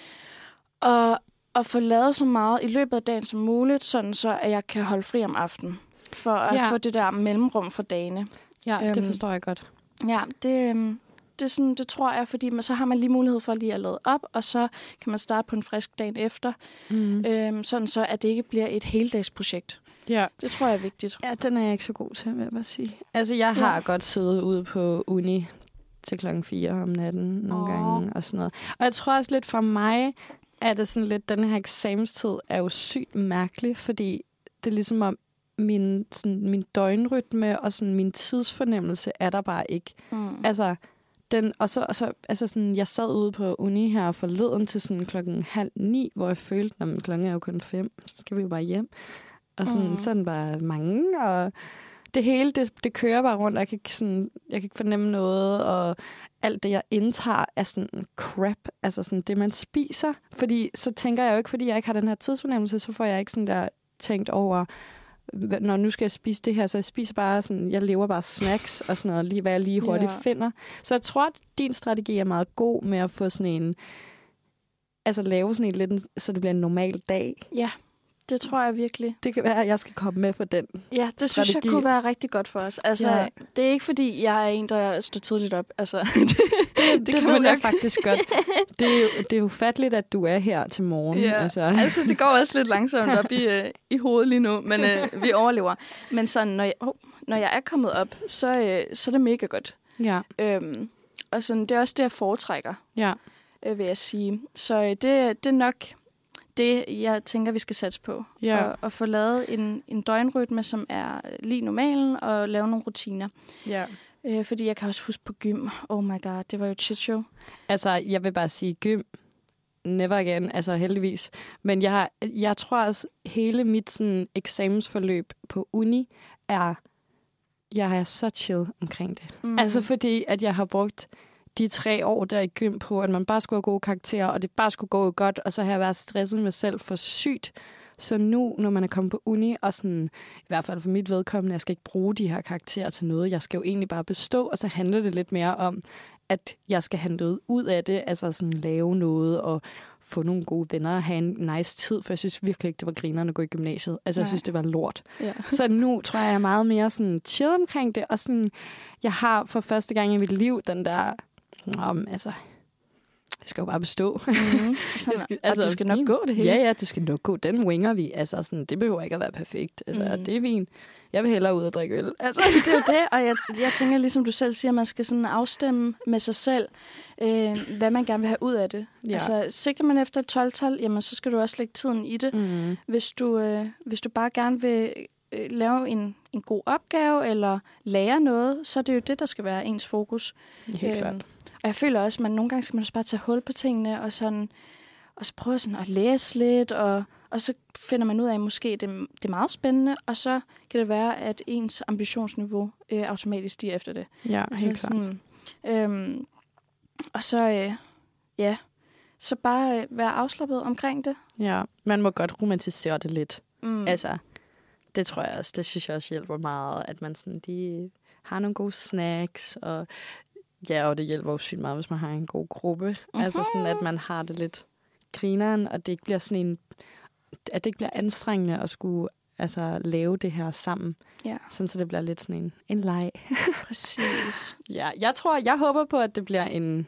at få lavet så meget i løbet af dagen som muligt, sådan så at jeg kan holde fri om aftenen. For at få det der mellemrum for dagene. Ja, det forstår jeg godt. Ja, det tror jeg, fordi så har man lige mulighed for lige at lade op, og så kan man starte på en frisk dagen efter. Sådan så, at det ikke bliver et heldagsprojekt. Ja. Det tror jeg er vigtigt. Ja, den er jeg ikke så god til, vil jeg bare sige. Altså, jeg har godt siddet ude på uni til 4:00 om natten nogle gange og sådan noget. Og jeg tror også lidt for mig, at det sådan lidt, den her eksamenstid er jo sygt mærkelig, fordi det er ligesom om, min døgnrytme og sådan min tidsfornemmelse er der bare ikke. Altså, og så altså sådan, jeg sad ude på uni her forleden til sådan 8:30, hvor jeg følte, at klokken er jo kun 5, så skal vi jo bare hjem. Og sådan bare mange, og det hele, det kører bare rundt, og jeg kan ikke fornemme noget, og alt det, jeg indtager, er sådan crap, altså sådan det, man spiser. Fordi så tænker jeg jo ikke, fordi jeg ikke har den her tidsfornemmelse, så får jeg ikke sådan der tænkt over, når nu skal jeg spise det her, så jeg spiser bare sådan, jeg lever bare snacks og sådan noget, lige hvad jeg lige hurtigt finder. Så jeg tror, at din strategi er meget god med at få sådan en, altså lave sådan en lidt, så det bliver en normal dag. Ja, det tror jeg virkelig. Det kan være, at jeg skal komme med for den Ja, det strategi. synes jeg kunne være rigtig godt for os. Altså, det er ikke fordi, jeg er en, der står tidligt op. Altså, det kan man jo faktisk godt. Det er jo fatligt, at du er her til morgen. Ja, altså det går også lidt langsomt op i hovedet lige nu, men vi overlever. Men sådan, når jeg er kommet op, så er det mega godt. Ja. Og sådan, det er også det, jeg foretrækker, vil jeg sige. Så det er nok det, jeg tænker, vi skal satse på. Ja. Og få lavet en døgnrytme, som er lige normalen, og lave nogle rutiner. Ja. Fordi jeg kan også huske på gym. Oh my god, det var jo et shit show. Altså, jeg vil bare sige gym. Never again, altså heldigvis. Men jeg tror også, hele mit sådan, eksamensforløb på uni jeg er så chill omkring det. Altså fordi, at jeg har brugt de 3 år der i gym på, at man bare skulle have gode karakterer, og det bare skulle gå godt, og så har jeg været stresset med selv for sygt. Så nu, når man er kommet på uni, og sådan, i hvert fald for mit vedkommende, jeg skal ikke bruge de her karakterer til noget, jeg skal jo egentlig bare bestå, og så handler det lidt mere om, at jeg skal have noget ud af det, altså sådan lave noget, og få nogle gode venner, og have en nice tid, for jeg synes virkelig ikke, det var grinerne at gå i gymnasiet. Altså, jeg synes, det var lort. Ja. Så nu tror jeg er meget mere sådan chill omkring det, og sådan, jeg har for første gang i mit liv den der, altså, jeg skal jo bare bestå. Altså, det skal nok gå, det hele. Ja, det skal nok gå. Den winger vi. Altså, sådan, det behøver ikke at være perfekt. Altså, det er fint. Jeg vil hellere ud og drikke øl. Altså. Det er jo det, og jeg tænker, ligesom du selv siger, man skal sådan afstemme med sig selv, hvad man gerne vil have ud af det. Ja. Altså, sigter man efter et 12-tal, jamen, så skal du også lægge tiden i det. Hvis du bare gerne vil lave en god opgave, eller lære noget, så er det jo det, der skal være ens fokus. Helt klart. Og jeg føler også, at nogle gange skal man også bare tage hul på tingene, og så prøve sådan at læse lidt, og så finder man ud af, at måske det er meget spændende, og så kan det være, at ens ambitionsniveau automatisk stiger efter det. Ja, helt klart. Og så, så bare være afslappet omkring det. Ja, man må godt romantisere det lidt. Altså, det tror jeg også, det synes jeg også hjælper meget, at man sådan, de har nogle gode snacks, og det hjælper jo sygt meget, hvis man har en god gruppe. Altså sådan, at man har det lidt grineren, og det ikke bliver sådan at det ikke bliver anstrengende at skulle lave det her sammen. Ja. Sådan, så det bliver lidt sådan en leg. Præcis. Ja, jeg håber på, at det bliver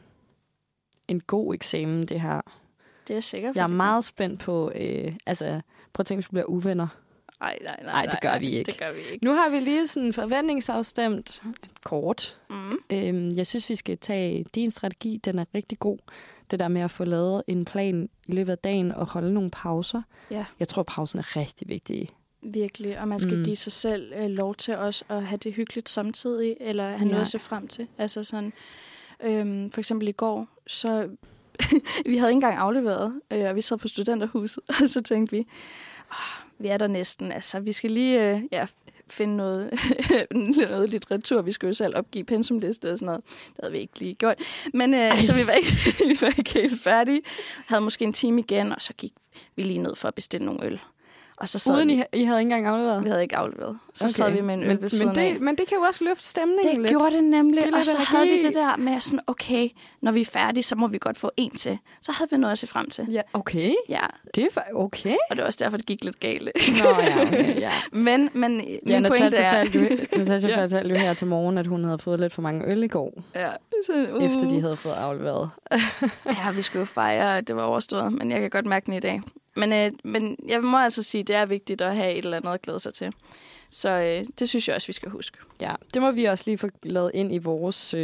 en god eksamen, det her. Det er sikkert. Jeg er meget spændt på, prøv at tænke, hvis vi bliver uvenner. Nej, det gør vi ikke. Nu har vi lige sådan forventningsafstemt kort. Jeg synes, vi skal tage din strategi. Den er rigtig god. Det der med at få lavet en plan i løbet af dagen og holde nogle pauser. Ja. Jeg tror, pausen er rigtig vigtig. Virkelig, og man skal give sig selv lov til også at have det hyggeligt samtidig, eller have noget at se frem til. Altså sådan, for eksempel i går, så vi havde ikke engang afleveret, og vi sad på studenterhuset, og så tænkte vi, vi er der næsten. Altså, vi skal lige finde noget litteratur. Vi skulle jo selv opgive pensumliste og sådan noget. Det havde vi ikke lige gjort. Men så vi var ikke helt færdige. Havde måske en time igen, og så gik vi lige ned for at bestille nogle øl. Og så sad uden I havde ikke engang afleveret? Vi havde ikke afleveret. Så sad vi med en øl ved siden af. Men det kan jo også løfte stemningen lidt. Det gjorde det nemlig. Og så havde vi det der med sådan, okay, når vi er færdige, så må vi godt få en til. Så havde vi noget at se frem til. Ja, okay. Ja. Det er okay. Og det var også derfor, det gik lidt galt. Nå ja, okay, ja. Men min pointe er... Natasha fortalte jo her til morgen, at hun havde fået lidt for mange øl i går. Ja. Efter de havde fået afleveret. Ja, vi skulle jo fejre, at det var overstået. Men jeg kan godt mærke den i dag. Men jeg må altså sige, at det er vigtigt at have et eller andet at glæde sig til. Så det synes jeg også, vi skal huske. Ja, det må vi også lige få lavet ind i vores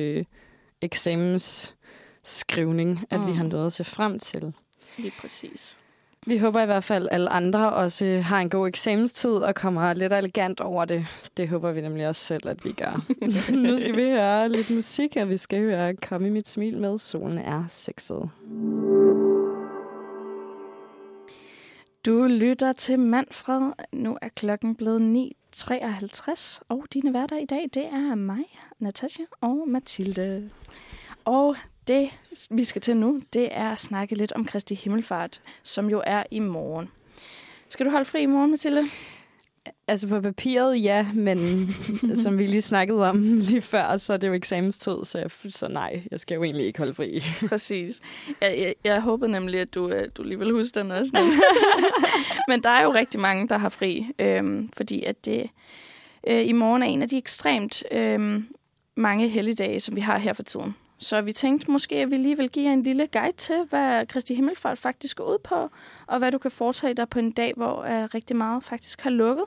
eksamensskrivning, at vi har noget at se frem til. Lige præcis. Vi håber i hvert fald, at alle andre også har en god eksamenstid og kommer lidt elegant over det. Det håber vi nemlig også selv, at vi gør. Nu skal vi høre lidt musik, og vi skal høre Kom i mit smil med Solen er sexet. Du lytter til Manfred. Nu er klokken blevet 9:53, og dine værter i dag, det er mig, Natasha og Mathilde. Og det, vi skal til nu, det er at snakke lidt om Kristi Himmelfart, som jo er i morgen. Skal du holde fri i morgen, Mathilde? Altså på papiret, ja, men som vi lige snakkede om lige før, så er det jo eksamenstid, så nej, jeg skal jo egentlig ikke holde fri. Præcis. Jeg håbede nemlig, at du lige vil huske den også. Men der er jo rigtig mange, der har fri, fordi at det i morgen er en af de ekstremt mange helligdage, som vi har her for tiden. Så vi tænkte måske, at vi lige vil give jer en lille guide til, hvad Kristi Himmelfart faktisk går ud på, og hvad du kan foretage dig på en dag, hvor rigtig meget faktisk har lukket.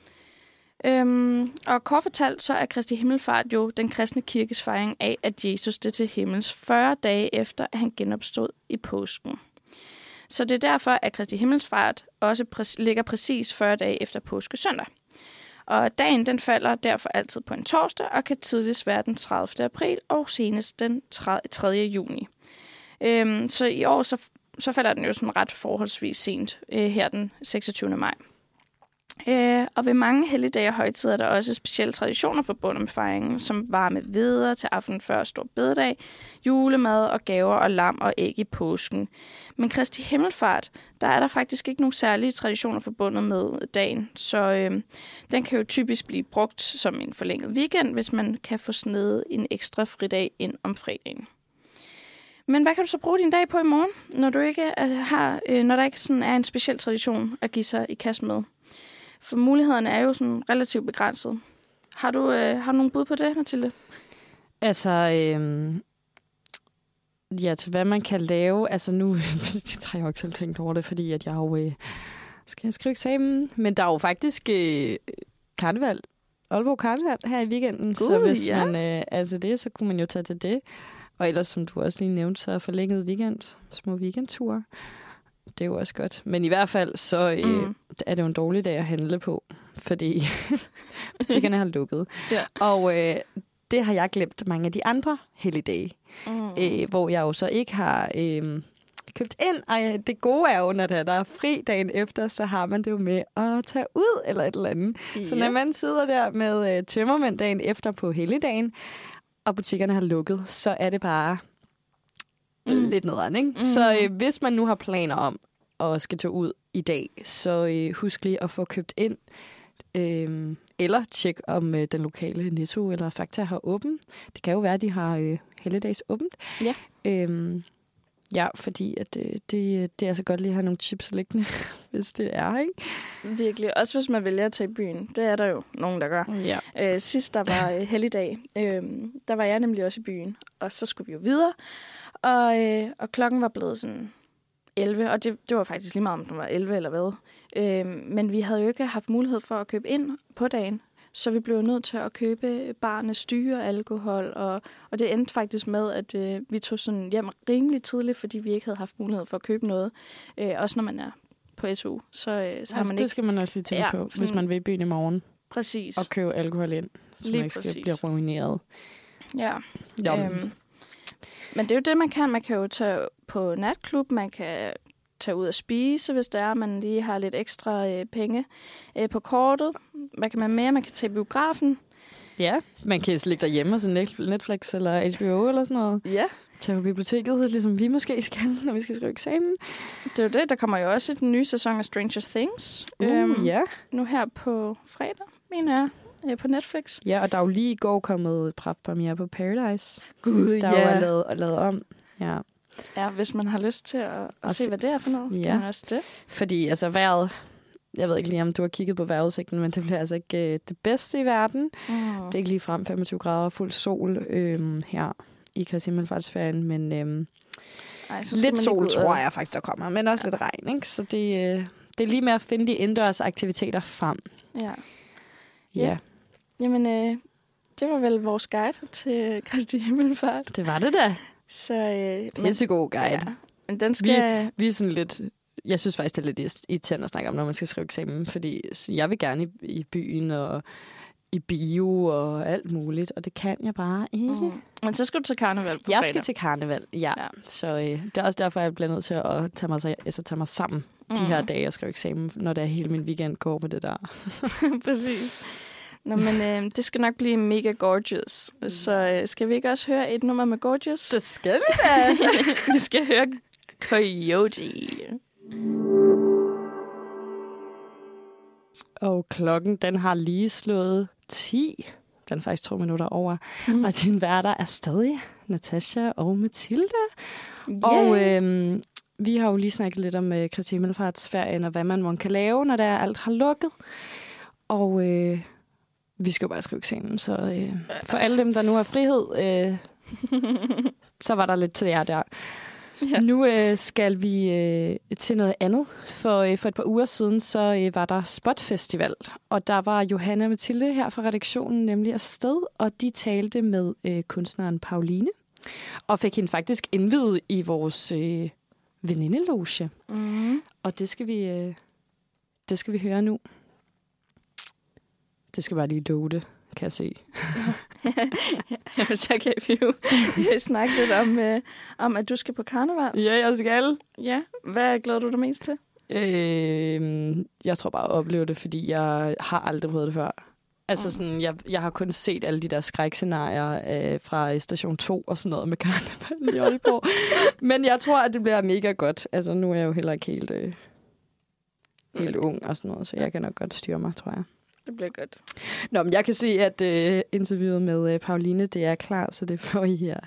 Og kort fortalt, så er Kristi Himmelfart jo den kristne kirkes fejring af, at Jesus steg til himmels 40 dage efter, at han genopstod i påsken. Så det er derfor, at Kristi Himmelfart også ligger præcis 40 dage efter påskesøndag. Og dagen den falder derfor altid på en torsdag, og kan tidligst være den 30. april og senest den 3. juni. Så i år så falder den jo sådan ret forholdsvis sent, her den 26. maj. Og ved mange helligdage og højtider er der også specielle traditioner forbundet med fejringen, som varme hveder til aften før stor bededag, julemad og gaver og lam og æg i påsken. Men Kristi Himmelfart, der er der faktisk ikke nogen særlige traditioner forbundet med dagen, så den kan jo typisk blive brugt som en forlænget weekend, hvis man kan få snedet en ekstra fridag ind om fredagen. Men hvad kan du så bruge din dag på i morgen, når når der ikke sådan er en speciel tradition at give sig i kast med? For mulighederne er jo sådan relativt begrænset. Har du nogle bud på det, Mathilde? Altså, ja, til hvad man kan lave. Altså nu har jeg jo ikke selv tænkt over det, fordi at jeg jo skal skrive eksamen. Men der er jo faktisk karneval. Aalborg Karneval her i weekenden. Så hvis man det, så kunne man jo tage til det. Og ellers, som du også lige nævnte, så er forlænget weekend. Små weekendture. Det er jo også godt. Men i hvert fald, så er det jo en dårlig dag at handle på, fordi butikkerne har lukket. Ja. Og det har jeg glemt mange af de andre helligdage, hvor jeg jo så ikke har købt ind. Og det gode er jo, når der er fri dagen efter, så har man det jo med at tage ud eller et eller andet. Ja. Så når man sidder der med tømmermænd dagen efter på helligdagen, og butikkerne har lukket, så er det bare lidt nederen, ikke? Så hvis man nu har planer om at skal tage ud i dag, så husk lige at få købt ind, eller tjek om den lokale Netto eller Fakta har åbent. Det kan jo være, at de har helligdags åbent. Ja. Ja, fordi at, det er så godt lige at have nogle chips liggende, hvis det er, ikke? Virkelig. Også hvis man vælger at tage i byen. Det er der jo nogen, der gør. Ja. Sidst der var helligdag, der var jeg nemlig også i byen. Og så skulle vi jo videre. Og klokken var blevet sådan 11, og det var faktisk lige meget, om den var 11 eller hvad. Men vi havde jo ikke haft mulighed for at købe ind på dagen. Så vi blev nødt til at købe barne styre alkohol, og det endte faktisk med, at vi tog sådan hjem rimelig tidligt, fordi vi ikke havde haft mulighed for at købe noget. Også når man er på SU, så har man ikke... Det skal man også lige tænke på, sådan, hvis man vil i byen i morgen. Præcis. Og købe alkohol ind, så man ikke skal blive ruineret. Ja. Men det er jo det, man kan. Man kan jo tage på natklub, man kan tage ud og spise, hvis det er, man lige har lidt ekstra penge på kortet. Hvad kan man mere? Man kan tage biografen. Ja, man kan ligge derhjemme og se Netflix eller HBO eller sådan noget. Ja. Tage på biblioteket, ligesom vi måske skal, når vi skal skrive eksamen. Det er jo det. Der kommer jo også den nye sæson af Stranger Things. Nu her på fredag, mener jeg, på Netflix. Ja, og der er jo lige i går kommet premiere på Paradise. Gud, der er lavet om. Ja. Ja, hvis man har lyst til at se, hvad det er for noget. Ja. Man også det. Fordi altså vejret, jeg ved ikke lige, om du har kigget på vejrudsigten, men det bliver altså ikke det bedste i verden. Det er ikke lige frem 25 grader fuld sol her i Kristi Himmelfartsferien, men lidt sol tror jeg faktisk, der kommer, men også lidt regn, ikke? Så det er lige med at finde de indendørs aktiviteter frem. Ja. Jamen, det var vel vores guide til Kristi Himmelfart. Det var det da. Så pissegod guide. Ja. Men den skal... Vi er sådan lidt jeg synes faktisk, det er lidt irriterende at snakke om, når man skal skrive eksamen, fordi jeg vil gerne i byen og i bio og alt muligt, og det kan jeg bare ikke. Men så skal du til karneval på fredag. Jeg skal til karneval, ja. Så det er også derfor, jeg bliver nødt til at tage mig sammen de her dage, jeg skriver eksamen, når det er hele min weekend går på det der. Præcis. Nå, men det skal nok blive mega gorgeous. Så skal vi ikke også høre et nummer med Gorgeous? Det skal vi da! Vi skal høre Coyote. Og klokken, den har lige slået 10. Den er faktisk 2 minutter over. Og din værter er stadig Natasha og Mathilde. Yeah. Og vi har jo lige snakket lidt om Kristi Himmelfartsferien, og hvad man kan lave, når alt har lukket. Og vi skal jo bare skrive eksamen, så for alle dem, der nu har frihed, så var der lidt til jer der. Ja. Nu skal vi til noget andet. For et par uger siden, så var der Spot Festival, og der var Johanna og Mathilde her fra redaktionen nemlig afsted, og de talte med kunstneren Pauline, og fik hende faktisk indviet i vores venindeloge. Og det skal vi høre nu. Det skal bare lige love det, kan jeg se. Jamen, så kan vi jo snakke lidt om, at du skal på karneval. Ja, jeg skal. Ja, hvad glæder du dig mest til? Jeg tror bare at opleve det, fordi jeg har aldrig prøvet det før. Altså sådan, jeg har kun set alle de der skrækscenarier fra Station 2 og sådan noget med karneval i Aalborg. Men jeg tror, at det bliver mega godt. Altså, nu er jeg jo heller ikke helt ung og sådan noget, så jeg kan nok godt styre mig, tror jeg. Det bliver godt. Nå, men jeg kan se, at interviewet med Pauline, det er klar, så det får I her.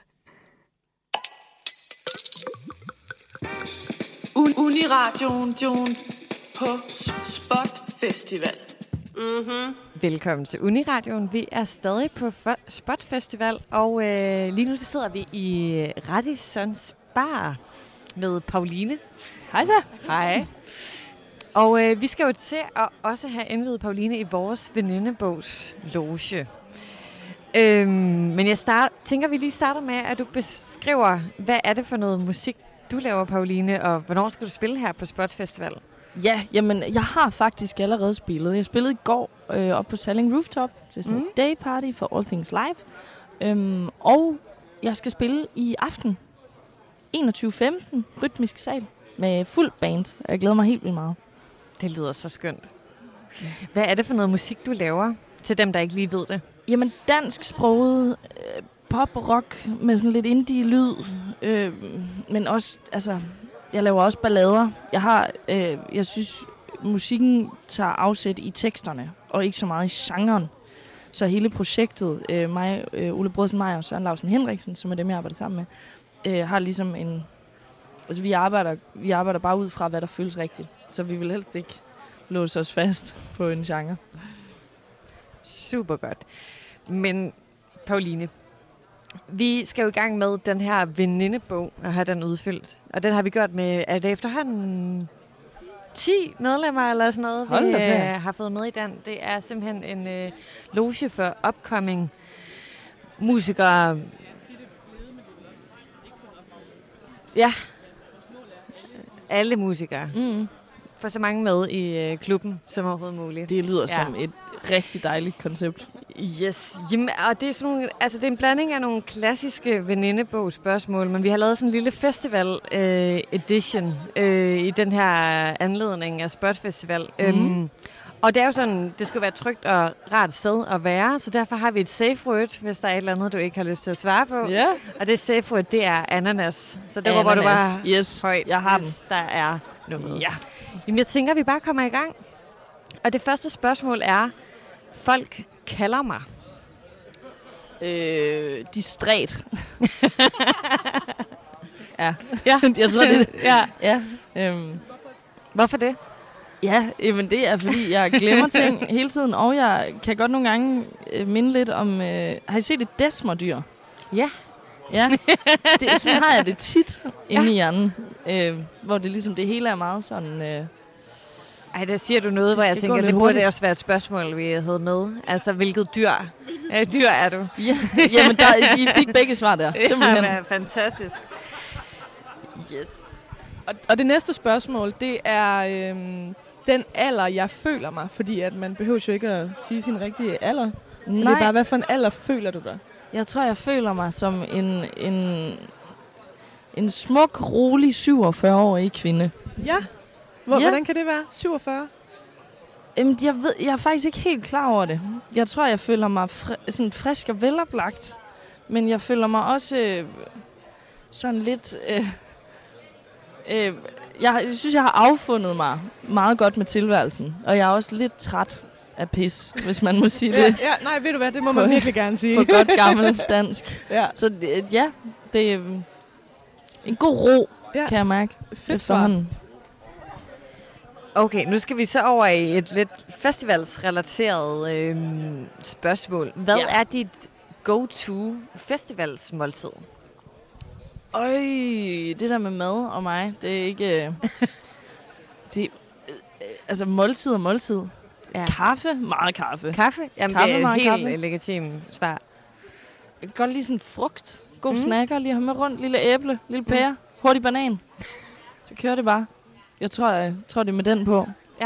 Uniradioen på Spot Festival. Velkommen til Uniradioen. Vi er stadig på Spot Festival, og lige nu sidder vi i Radissons Bar med Pauline. Hej så. Hej. Og vi skal jo til at også have indviet Pauline i vores venindebogs loge. Men jeg tænker, vi lige starter med, at du beskriver, hvad er det for noget musik, du laver, Pauline, og hvornår skal du spille her på Spot Festival? Ja, jamen, jeg har faktisk allerede spillet. Jeg spillede i går op på Salling Rooftop. Det er sådan en day party for All Things Live. Og jeg skal spille i aften. 21.15, rytmisk sal, med fuld band. Jeg glæder mig helt vildt meget. Det lyder så skønt. Hvad er det for noget musik, du laver, til dem, der ikke lige ved det? Jamen, dansksproget pop-rock med sådan lidt indie-lyd. Men også, altså, jeg laver også ballader. Jeg synes, musikken tager afsæt i teksterne, og ikke så meget i genren. Så hele projektet, mig, Ole Brodsen Meier og Søren Lausen Henriksen, som er dem, jeg arbejder sammen med, har ligesom en... Altså, vi arbejder bare ud fra, hvad der føles rigtigt. Så vi vil helst ikke låse os fast på en genre. Super godt. Men Pauline, vi skal jo i gang med den her venindebog og have den udfyldt. Og den har vi gjort med, er det efterhånden 10 medlemmer eller sådan noget, vi har fået med i den. Det er simpelthen en loge for upcoming musikere. Ja, alle musikere. Få så mange med i klubben som overhovedet muligt. Det lyder som et rigtig dejligt koncept. Yes. Jamen, og det er sådan nogle, altså det er en blanding af nogle klassiske venindebogsspørgsmål, men vi har lavet sådan en lille festival edition i den her anledning af Spot Festival. Og det er jo sådan, det skal være et trygt og rart sted at være, så derfor har vi et safe word, hvis der er et eller andet, du ikke har lyst til at svare på. Yeah. Og det safe word, det er ananas. Så det var, hvor du var højt. Jeg har den. Der er noget. Ja. Jamen, jeg tænker, vi bare kommer i gang. Og det første spørgsmål er, folk kalder mig. Distræt. Ja. Ja. Jeg tror, det ja. Hvorfor det? Ja, men det er, fordi jeg glemmer ting hele tiden, og jeg kan godt nogle gange minde lidt om... har I set et desmerdyr? Ja. Ja, sådan har jeg det tit inde i hjernen, hvor det ligesom det hele er meget sådan... Ej, der siger du noget, hvor jeg tænker, det burde også være et spørgsmål, vi havde med. Altså, hvilket dyr er du? Ja, jamen, I fik begge svar der. Simpelthen. Ja, fantastisk. Yes. Og det næste spørgsmål, det er den alder, jeg føler mig. Fordi at man behøver jo ikke at sige sin rigtige alder. Nej. Det er bare, hvad for en alder føler du dig? Jeg tror, jeg føler mig som en smuk, rolig 47-årig kvinde. Ja? Hvordan kan det være? 47? Jamen, jeg er faktisk ikke helt klar over det. Jeg tror, jeg føler mig sådan frisk og veloplagt. Men jeg føler mig også sådan lidt... jeg synes, jeg har affundet mig meget godt med tilværelsen. Og jeg er også lidt træt af pis, hvis man må sige det. Ja, nej, ved du hvad, det må man virkelig gerne sige. På godt gammelt dansk. Ja. Så det er en god ro, kan jeg mærke. Efterhånden. Okay, nu skal vi så over i et lidt festivalsrelateret spørgsmål. Hvad er dit go-to festivalsmåltid? Det der med mad og mig, det er ikke... altså måltid og måltid. Ja. Kaffe? Meget kaffe. Kaffe? Jamen, kaffe, det er helt helt legitim svar. Jeg kan godt lide sådan frugt. God snacker, lige have med rundt. Lille æble, lille pære, hurtig banan. Så kører det bare. Jeg tror, det er med den på. Ja.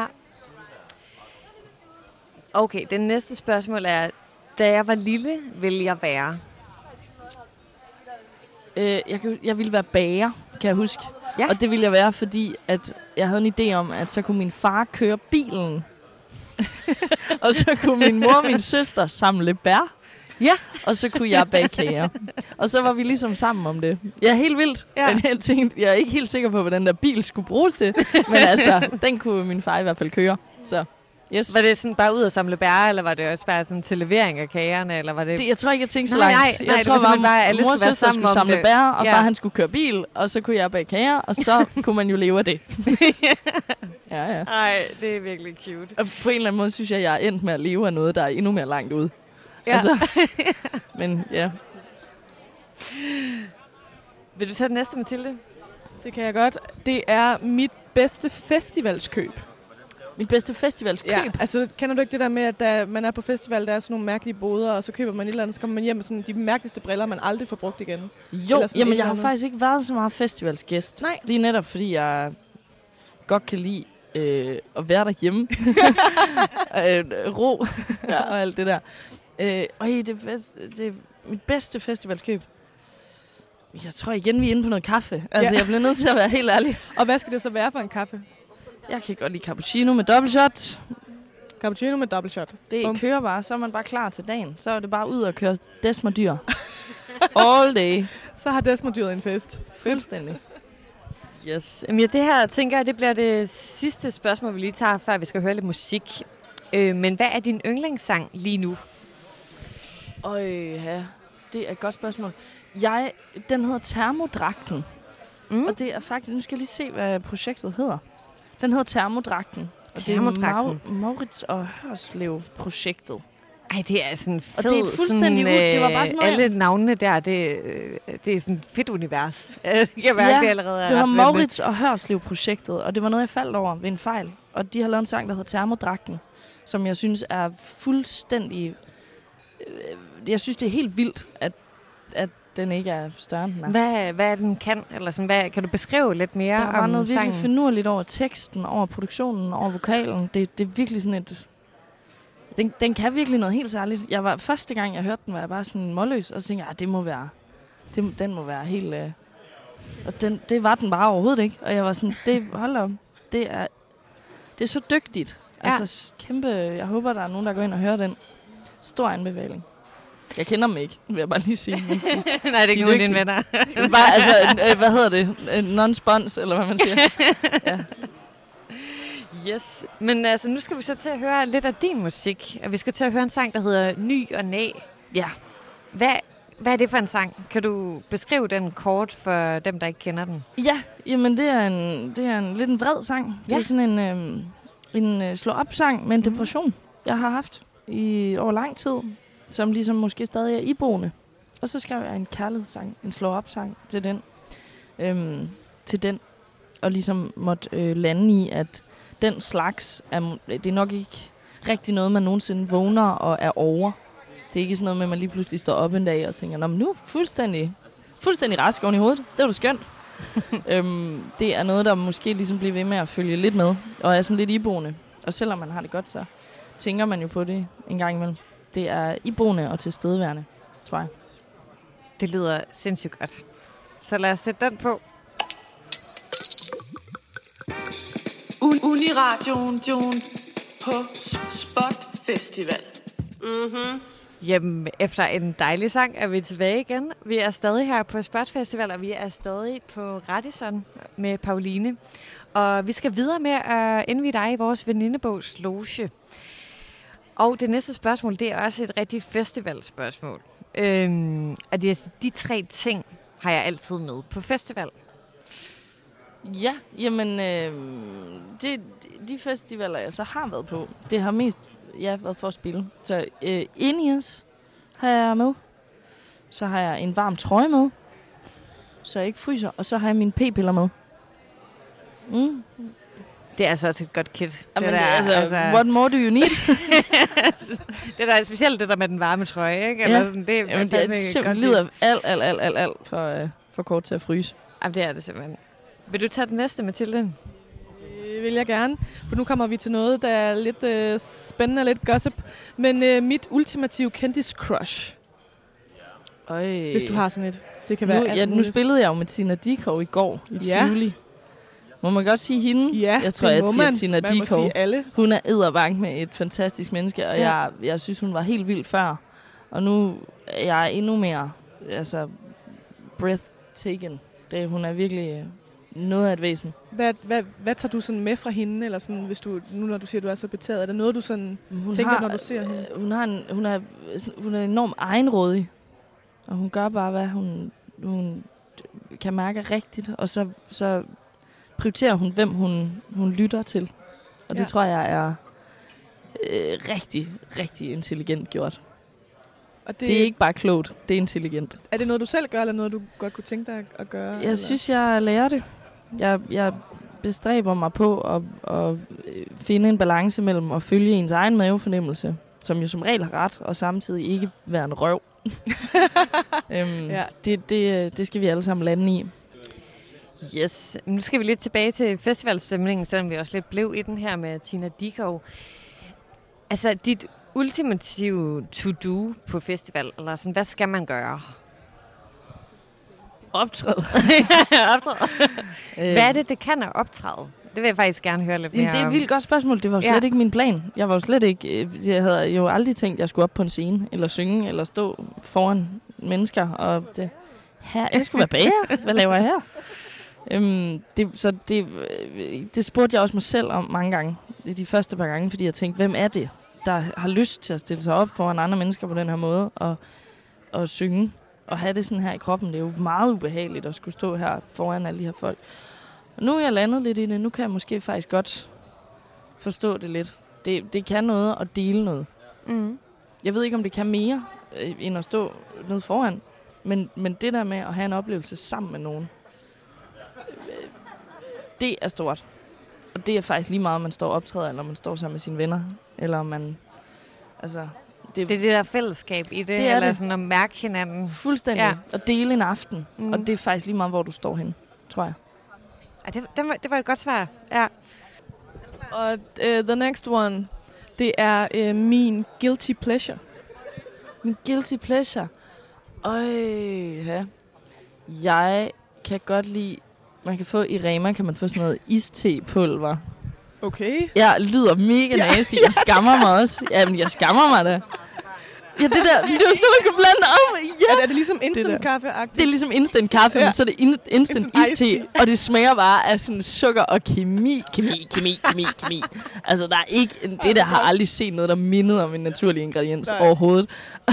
Okay, det næste spørgsmål er, da jeg var lille, ville jeg være? Jeg ville være bager, kan jeg huske. Ja. Og det ville jeg være, fordi at jeg havde en idé om, at så kunne min far køre bilen. Og så kunne min mor og min søster samle bær. Ja. Og så kunne jeg bage kager. Og så var vi ligesom sammen om det. Ja, helt vildt. Ja. Men jeg er ikke helt sikker på, hvad den der bil skulle bruges til. Men altså, den kunne min far i hvert fald køre. Så, yes. Var det sådan bare ud at samle bær, eller var det også bare sådan til levering af kagerne? Eller var det... Jeg tror ikke, jeg tænkte så langt. Nej, jeg tror bare, alle mor og søster skulle samle bær, og ja. far han skulle køre bil, og så kunne jeg bage kager, og så kunne man jo leve af det. Ja. Ej, det er virkelig cute. Og på en eller anden måde synes jeg er endt med at leve af noget, der er endnu mere langt ude. Ja. Altså, men ja. Vil du tage det næste, Mathilde? Det kan jeg godt. Det er mit bedste festivalskøb. Mit bedste festivalskøb? Ja, altså kender du ikke det der med, at da man er på festival, der er sådan nogle mærkelige boder, og så køber man et eller andet, så kommer man hjem med sådan de mærkeligste briller, man aldrig får brugt igen? Jo, jamen jeg har faktisk ikke været så meget festivalsgæst. Nej. Lige netop, fordi jeg godt kan lide at være derhjemme. Ro og alt det der. Det er mit bedste festivalskøb. Jeg tror igen, vi er inde på noget kaffe. Altså, jeg bliver nødt til at være helt ærlig. Og hvad skal det så være for en kaffe? Jeg kan godt lide cappuccino med dobbeltshot. Cappuccino med dobbeltshot. Det kører bare, så er man bare klar til dagen. Så er det bare ud og køre desmerdyr. All day. Så har desmerdyret en fest. Fuldstændig. Yes. Jamen, det her, tænker jeg, det bliver det sidste spørgsmål, vi lige tager, før vi skal høre lidt musik. Men hvad er din yndlingssang lige nu? Det er et godt spørgsmål. Den hedder Termodragten. Og det er faktisk, nu skal jeg lige se, hvad projektet hedder. Den hedder Termodragten. Og det er Maurits og Hørslev-projektet. Ej, det er sådan fed. Og det er fuldstændig det var bare sådan noget, alle navnene der, det er sådan et fedt univers. Jeg mærker det allerede. Det var Maurits og Hørslev-projektet, og det var noget, jeg faldt over ved en fejl. Og de har lavet en sang, der hedder Termodragten, som jeg synes er fuldstændig... Jeg synes, det er helt vildt, at den ikke er større end den er. Hvad den kan? Eller sådan, kan du beskrive lidt mere om sangen? Der var noget virkelig finurligt over teksten, over produktionen, over vokalen. Det er virkelig sådan et... Den kan virkelig noget helt særligt. Første gang, jeg hørte den, var jeg bare sådan målløs, og så tænkte jeg, det må være... Den må være helt... Og det var den bare overhovedet ikke. Og jeg var sådan, hold op, det er så dygtigt. Ja. Altså kæmpe... Jeg håber, der er nogen, der går ind og hører den. Stor anbefaling. Jeg kender dem ikke, vil jeg bare lige sige. Nej, det er ikke nogen af dine venner. Bare, altså, hvad hedder det? Non-spons, eller hvad man siger. Ja. Yes. Men altså, nu skal vi så til at høre lidt af din musik. Og vi skal til at høre en sang, der hedder Ny og Næ. Ja. Hvad er det for en sang? Kan du beskrive den kort for dem, der ikke kender den? Ja, jamen det er lidt en vred sang. Ja. Det er sådan en slå-op-sang med en depression, jeg har haft over lang tid, som ligesom måske stadig er iboende. Og så skrev jeg en kærlighedssang, en slå-op-sang til den. Og ligesom måtte lande i, at den slags, det er nok ikke rigtig noget, man nogensinde vågner og er over. Det er ikke sådan noget med, at man lige pludselig står op en dag og tænker, nå, men nu fuldstændig rask oven i hovedet. Det var da skønt. Det er noget, der måske ligesom bliver ved med at følge lidt med, og er sådan lidt iboende. Og selvom man har det godt, så tænker man jo på det en gang imellem. Det er iboende og tilstedeværende, tror jeg. Det lyder sindssygt godt. Så lad os sætte den på. Uniradioen på Spot Festival. Jamen, efter en dejlig sang er vi tilbage igen. Vi er stadig her på Spot Festival, og vi er stadig på Radisson med Pauline. Og vi skal videre med at indvie dig i vores venindebogs loge. Og det næste spørgsmål, det er også et rigtig festivalspørgsmål. At de 3 ting har jeg altid med på festival. Ja, jamen, de festivaler, jeg så har været på, det har mest været for at spille. Så Enias har jeg med. Så har jeg en varm trøje med, så jeg ikke fryser. Og så har jeg mine p-piller med. Det er altså også et godt kit. Jamen, altså, what more do you need? Det der er specielt det der med den varme trøje, ikke? Eller sådan, det jamen, det er simpelthen lider alt for kort til at fryse. Jamen, det er det simpelthen. Vil du tage den næste, Mathilde? Det vil jeg gerne, for nu kommer vi til noget, der er lidt spændende og lidt gossip. Men mit ultimative kendis-crush. Hvis du har sådan et. Det kan være nu spillede jeg jo med Tina Dickow i går i Tivoli. Må man godt sige hende? Ja, jeg tror, jeg siger Tina Dickow. Alle. Hun er edderbank med et fantastisk menneske, og jeg synes, hun var helt vild før. Og nu er jeg endnu mere breathtaken. Hun er virkelig noget af et væsen. Hvad tager du sådan med fra hende, eller sådan, hvis du nu når du siger, at du er så betaget? Er det noget, du sådan tænker, når du ser hende? Hun er enormt egenrådig, og hun gør bare, hvad hun kan mærke rigtigt, og så prioriterer hun, hvem hun lytter til. Og det tror jeg er rigtig, rigtig intelligent gjort. Og det er ikke bare klogt, det er intelligent. Er det noget, du selv gør, eller noget, du godt kunne tænke dig at gøre? Jeg synes, jeg lærer det. Jeg bestræber mig på at finde en balance mellem at følge ens egen mavefornemmelse, som jo som regel har ret, og samtidig ikke være en røv. Det skal vi alle sammen lande i. Yes. Nu skal vi lidt tilbage til festivalstemningen, selvom vi også lidt blev i den her med Tina Dickow. Altså, dit ultimative to-do på festival, eller sådan, hvad skal man gøre? Optræde. Hvad er det kan at optræde? Det vil jeg faktisk gerne høre lidt mere om. Det er et vildt godt spørgsmål. Det var slet ikke min plan. Jeg var slet ikke... Jeg havde jo aldrig tænkt, at jeg skulle op på en scene, eller synge, eller stå foran mennesker. Og det... Jeg skulle være bager. Hvad laver jeg her? Det spurgte jeg også mig selv om mange gange. Det er de første par gange, fordi jeg tænkte, hvem er det, der har lyst til at stille sig op foran andre mennesker på den her måde, og synge, og have det sådan her i kroppen. Det er jo meget ubehageligt at skulle stå her foran alle de her folk. Og nu er jeg landet lidt i det. Nu kan jeg måske faktisk godt forstå det lidt. Det kan noget at dele noget. Jeg ved ikke, om det kan mere, end at stå nede foran. Men det der med at have en oplevelse sammen med nogen, det er stort. Og det er faktisk lige meget, om man står og optræder, eller om man står sammen med sine venner, eller om man... Altså, det er det der fællesskab i det, eller det. Sådan at mærke hinanden. Fuldstændig. Ja. Og dele en aften. Og det er faktisk lige meget, hvor du står hen, tror jeg. Ja, det var et godt svar. Ja. Og the next one, det er min guilty pleasure. Min guilty pleasure? Ja. Jeg kan godt lide... Man kan få i Rema, kan man få sådan noget iste-pulver. Okay. Jeg lyder mega nasty. Jeg skammer mig også. Jamen, jeg skammer mig da. Ja, det der, det var sådan, man kan blande om. Ja. Er det ligesom instant kaffe-agtigt? Det er ligesom instant kaffe, men så er det instant iste, og det smager bare af sådan sukker og kemi. Altså, der er ikke... Det der har aldrig set noget, der mindede om en naturlig ingrediens overhovedet.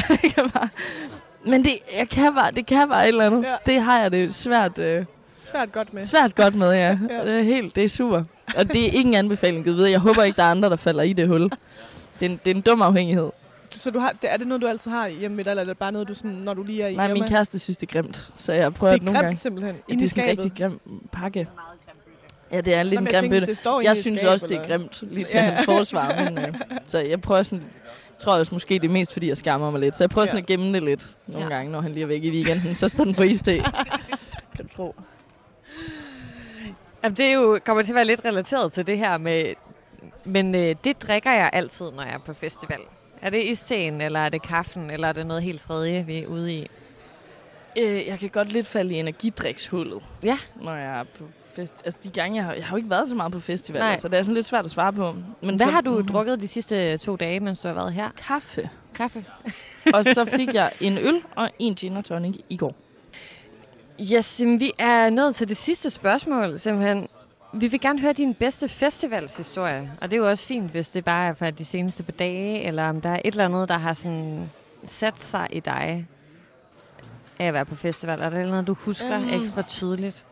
Men det kan bare et eller andet. Ja. Det har jeg det svært godt med. Svært godt med, ja. Det er super. Og det er ikke en anbefaling, givet. Jeg håber ikke, der er andre, der falder i det hul. Det er en dum afhængighed. Så er det noget, du altid har hjemme med dig, eller er det bare noget, du sådan, når du lige er hjemme? Nej, min kæreste synes, det er grimt. Så jeg prøver det nogle gange. Simpelthen? Ja, det er sådan en rigtig grim pakke. Ja, det er lidt en grim bøtte. Jeg synes også, det er grimt, lige til hans forsvar. Men, så jeg prøver sådan... Jeg tror også måske, det er mest, fordi jeg skammer mig lidt. Så jeg prøver sådan at gemme det lidt nogle gange, når han lige er væk i weekenden. Så står den på iste. Kan du tro? Jamen, det er jo, kommer til at være lidt relateret til det her med... Men det drikker jeg altid, når jeg er på festival. Er det isten, eller er det kaffen, eller er det noget helt tredje, vi er ude i? Jeg kan godt lidt falde i energidrikshullet. Ja. Når jeg er på festival. Altså de gange, jeg har jo ikke været så meget på festival, så det er sådan lidt svært at svare på. Men hvad har du drukket de sidste 2 dage, mens du har været her? Kaffe. Og så fik jeg en øl og en gin og tonic i går. Yes, vi er nået til det sidste spørgsmål, simpelthen. Vi vil gerne høre din bedste festivalshistorie, og det er jo også fint, hvis det bare er fra de seneste par dage, eller om der er et eller andet, der har sådan sat sig i dig af at være på festival. Er der noget, du husker ekstra tydeligt?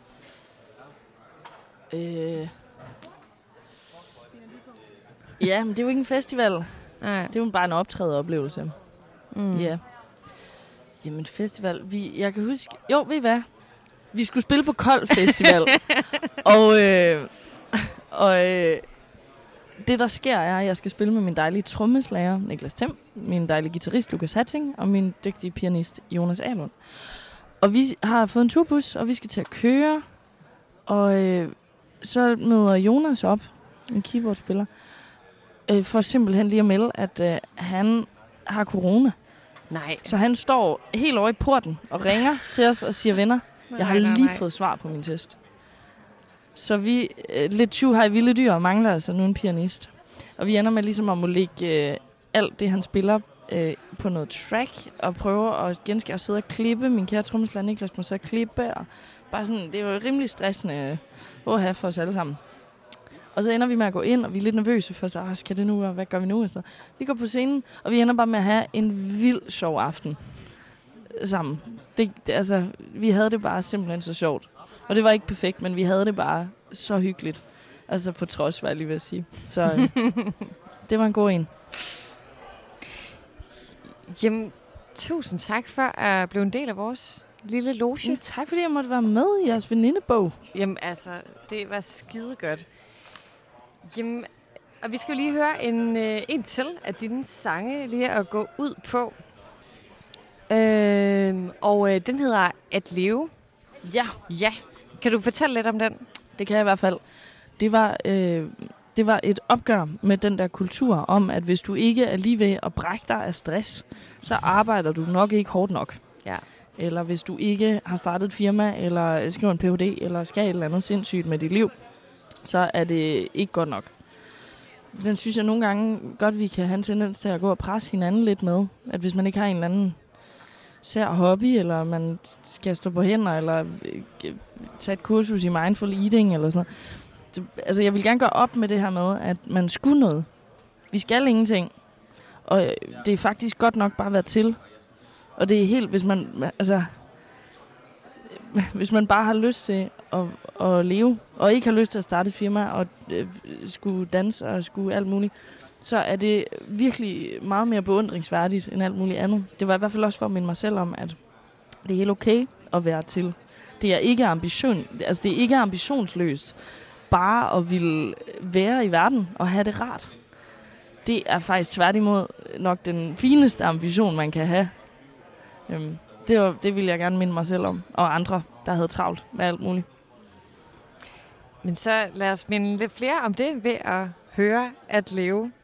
Ja, men det er jo ikke en festival. Nej. Det er jo bare en optrædeoplevelse. Ja. Jamen festival, jeg kan huske... Jo, ved I hvad? Vi skulle spille på Kold Festival. og det der sker er, at jeg skal spille med min dejlige trommeslager Niklas Thiem, min dejlige guitarist Lukas Hatting og min dygtige pianist Jonas Ahlund. Og vi har fået en turbus, og vi skal til at køre. Og så møder Jonas op, en keyboardspiller, for simpelthen lige at melde, at han har corona. Nej. Så han står helt over i porten og ringer til os og siger, venner, jeg har lige fået svar på min test. Så vi, lidt tjuhaj vilde dyr, mangler altså nu en pianist. Og vi ender med ligesom at må lægge alt det, han spiller på noget track, og prøve at genskabe og sidde og klippe. Min kære trommeslager Niklas må så klippe, og bare sådan, det var rimelig stressende at have for os alle sammen. Og så ender vi med at gå ind, og vi er lidt nervøse for, så skal det nu, og hvad gør vi nu? Vi går på scenen, og vi ender bare med at have en vild sjov aften sammen. Altså, vi havde det bare simpelthen så sjovt. Og det var ikke perfekt, men vi havde det bare så hyggeligt. Altså på trods, hvad jeg lige vil sige. Så det var en god en. Jamen, tusind tak for at blive en del af vores lille loge. Jamen, tak fordi jeg måtte være med i jeres venindebog. Jamen altså, det var skide godt. Jamen, og vi skal lige høre en til af dine sange lige at gå ud på. Og den hedder At leve. Ja. Kan du fortælle lidt om den? Det kan jeg i hvert fald. Det var et opgør med den der kultur om, at hvis du ikke er lige ved at brække dig af stress, så arbejder du nok ikke hårdt nok. Ja. Eller hvis du ikke har startet et firma, eller skriver en Ph.D., eller skal et eller andet sindssygt med dit liv, så er det ikke godt nok. Den synes jeg nogle gange godt, vi kan have en tendens til at gå og presse hinanden lidt med. At hvis man ikke har en eller anden sær hobby, eller man skal stå på hænder, eller tage et kursus i mindful eating, eller sådan noget. Altså, jeg vil gerne gøre op med det her med, at man skulle noget. Vi skal ingenting. Og det er faktisk godt nok bare at være til. Og det er helt, hvis man bare har lyst til at leve, og ikke har lyst til at starte et firma, og skulle danse, og skulle alt muligt, så er det virkelig meget mere beundringsværdigt end alt muligt andet. Det var i hvert fald også for at minde mig selv om, at det er helt okay at være til. Det er ikke det er ikke ambitionsløst bare at ville være i verden og have det rart. Det er faktisk tværtimod nok den fineste ambition, man kan have. Det vil jeg gerne minde mig selv om, og andre, der havde travlt med alt muligt. Men så lad os minde lidt flere om det ved at høre At leve.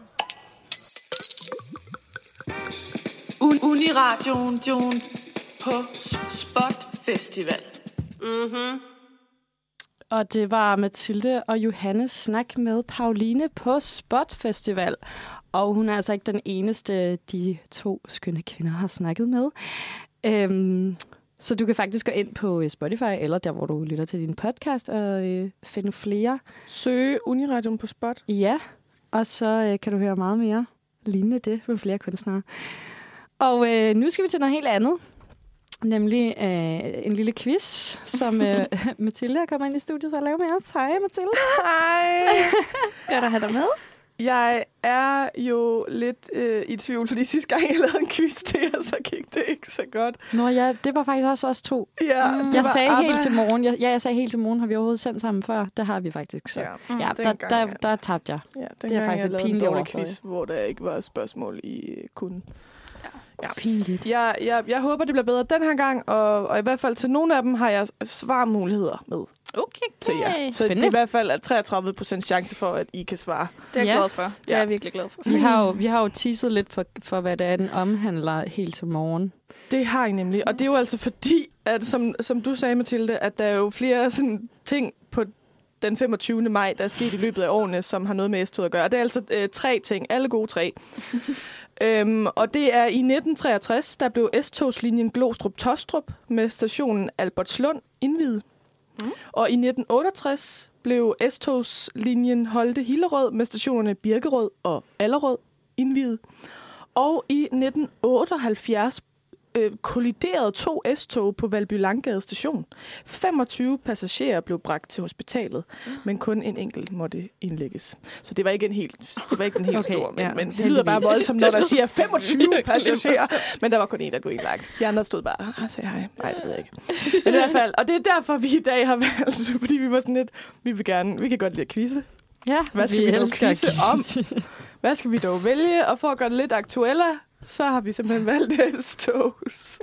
Uniradioen på Spot Festival. Mhm. Og det var Mathilde og Johannes snak med Pauline på Spot Festival. Og hun er altså ikke den eneste, de 2 skønne kvinder har snakket med. Så du kan faktisk gå ind på Spotify, eller der, hvor du lytter til din podcast, og finde flere. Søge Uniradioen på Spot. Ja, og så kan du høre meget mere lignende det med flere kunstnere. Og nu skal vi til noget helt andet. Nemlig en lille quiz, som Mathilde er kommet ind i studiet for at lave med os. Hej, Mathilde. Hej. Godt at have dig med. Jeg er jo lidt i tvivl, fordi sidste gang jeg lavede en quiz til jer, så gik det ikke så godt. Nå ja, det var faktisk også os 2. Ja, jeg sagde helt til morgen. Jeg sagde helt til morgen. Har vi overhovedet sendt sammen før? Det har vi faktisk. Så. Ja, der tabte jeg. Ja, det er faktisk et pinligt quiz, hvor der ikke var spørgsmål, I kunne Ja, pinligt. Jeg håber, det bliver bedre den her gang, og i hvert fald til nogle af dem har jeg svarmuligheder med. Okay. Til jer. Så spændende. Det er i hvert fald 33% chance for, at I kan svare. Det er jeg glad for. Det er jeg virkelig glad for. Vi har jo teaset lidt for, hvad det er, den omhandler helt til morgen. Det har I nemlig. Og det er jo altså fordi, at som du sagde, Mathilde, at der er jo flere sådan ting på den 25. maj, der er sket i løbet af årene, som har noget med S-toget at gøre. Og det er altså 3 ting. Alle gode 3. Og det er i 1963, der blev S-togslinjen Glostrup-Tostrup med stationen Albertslund indviet. Og i 1968 blev S-togslinjen Holte-Hillerød med stationerne Birkerød og Allerød indviet. Og i 1978 kolliderede 2 S-tog på Valby Langgade station. 25 passagerer blev bragt til hospitalet, men kun en enkelt måtte indlægges. Så det var ikke en helt okay, stor, men det lyder bare voldsomt, når der siger 25 passagerer. Men der var kun en, der blev indlagt. De andre stod bare og sagde hej. Nej, det ved jeg ikke. Men i hvert fald, og det er derfor, vi i dag har valgt, fordi vi var sådan lidt, vi kan godt lide at quizze. Ja, hvad skal vi dog quizze om? Hvad skal vi dog vælge? Og for at gøre det lidt aktuelle, så har vi simpelthen valgt S-togs.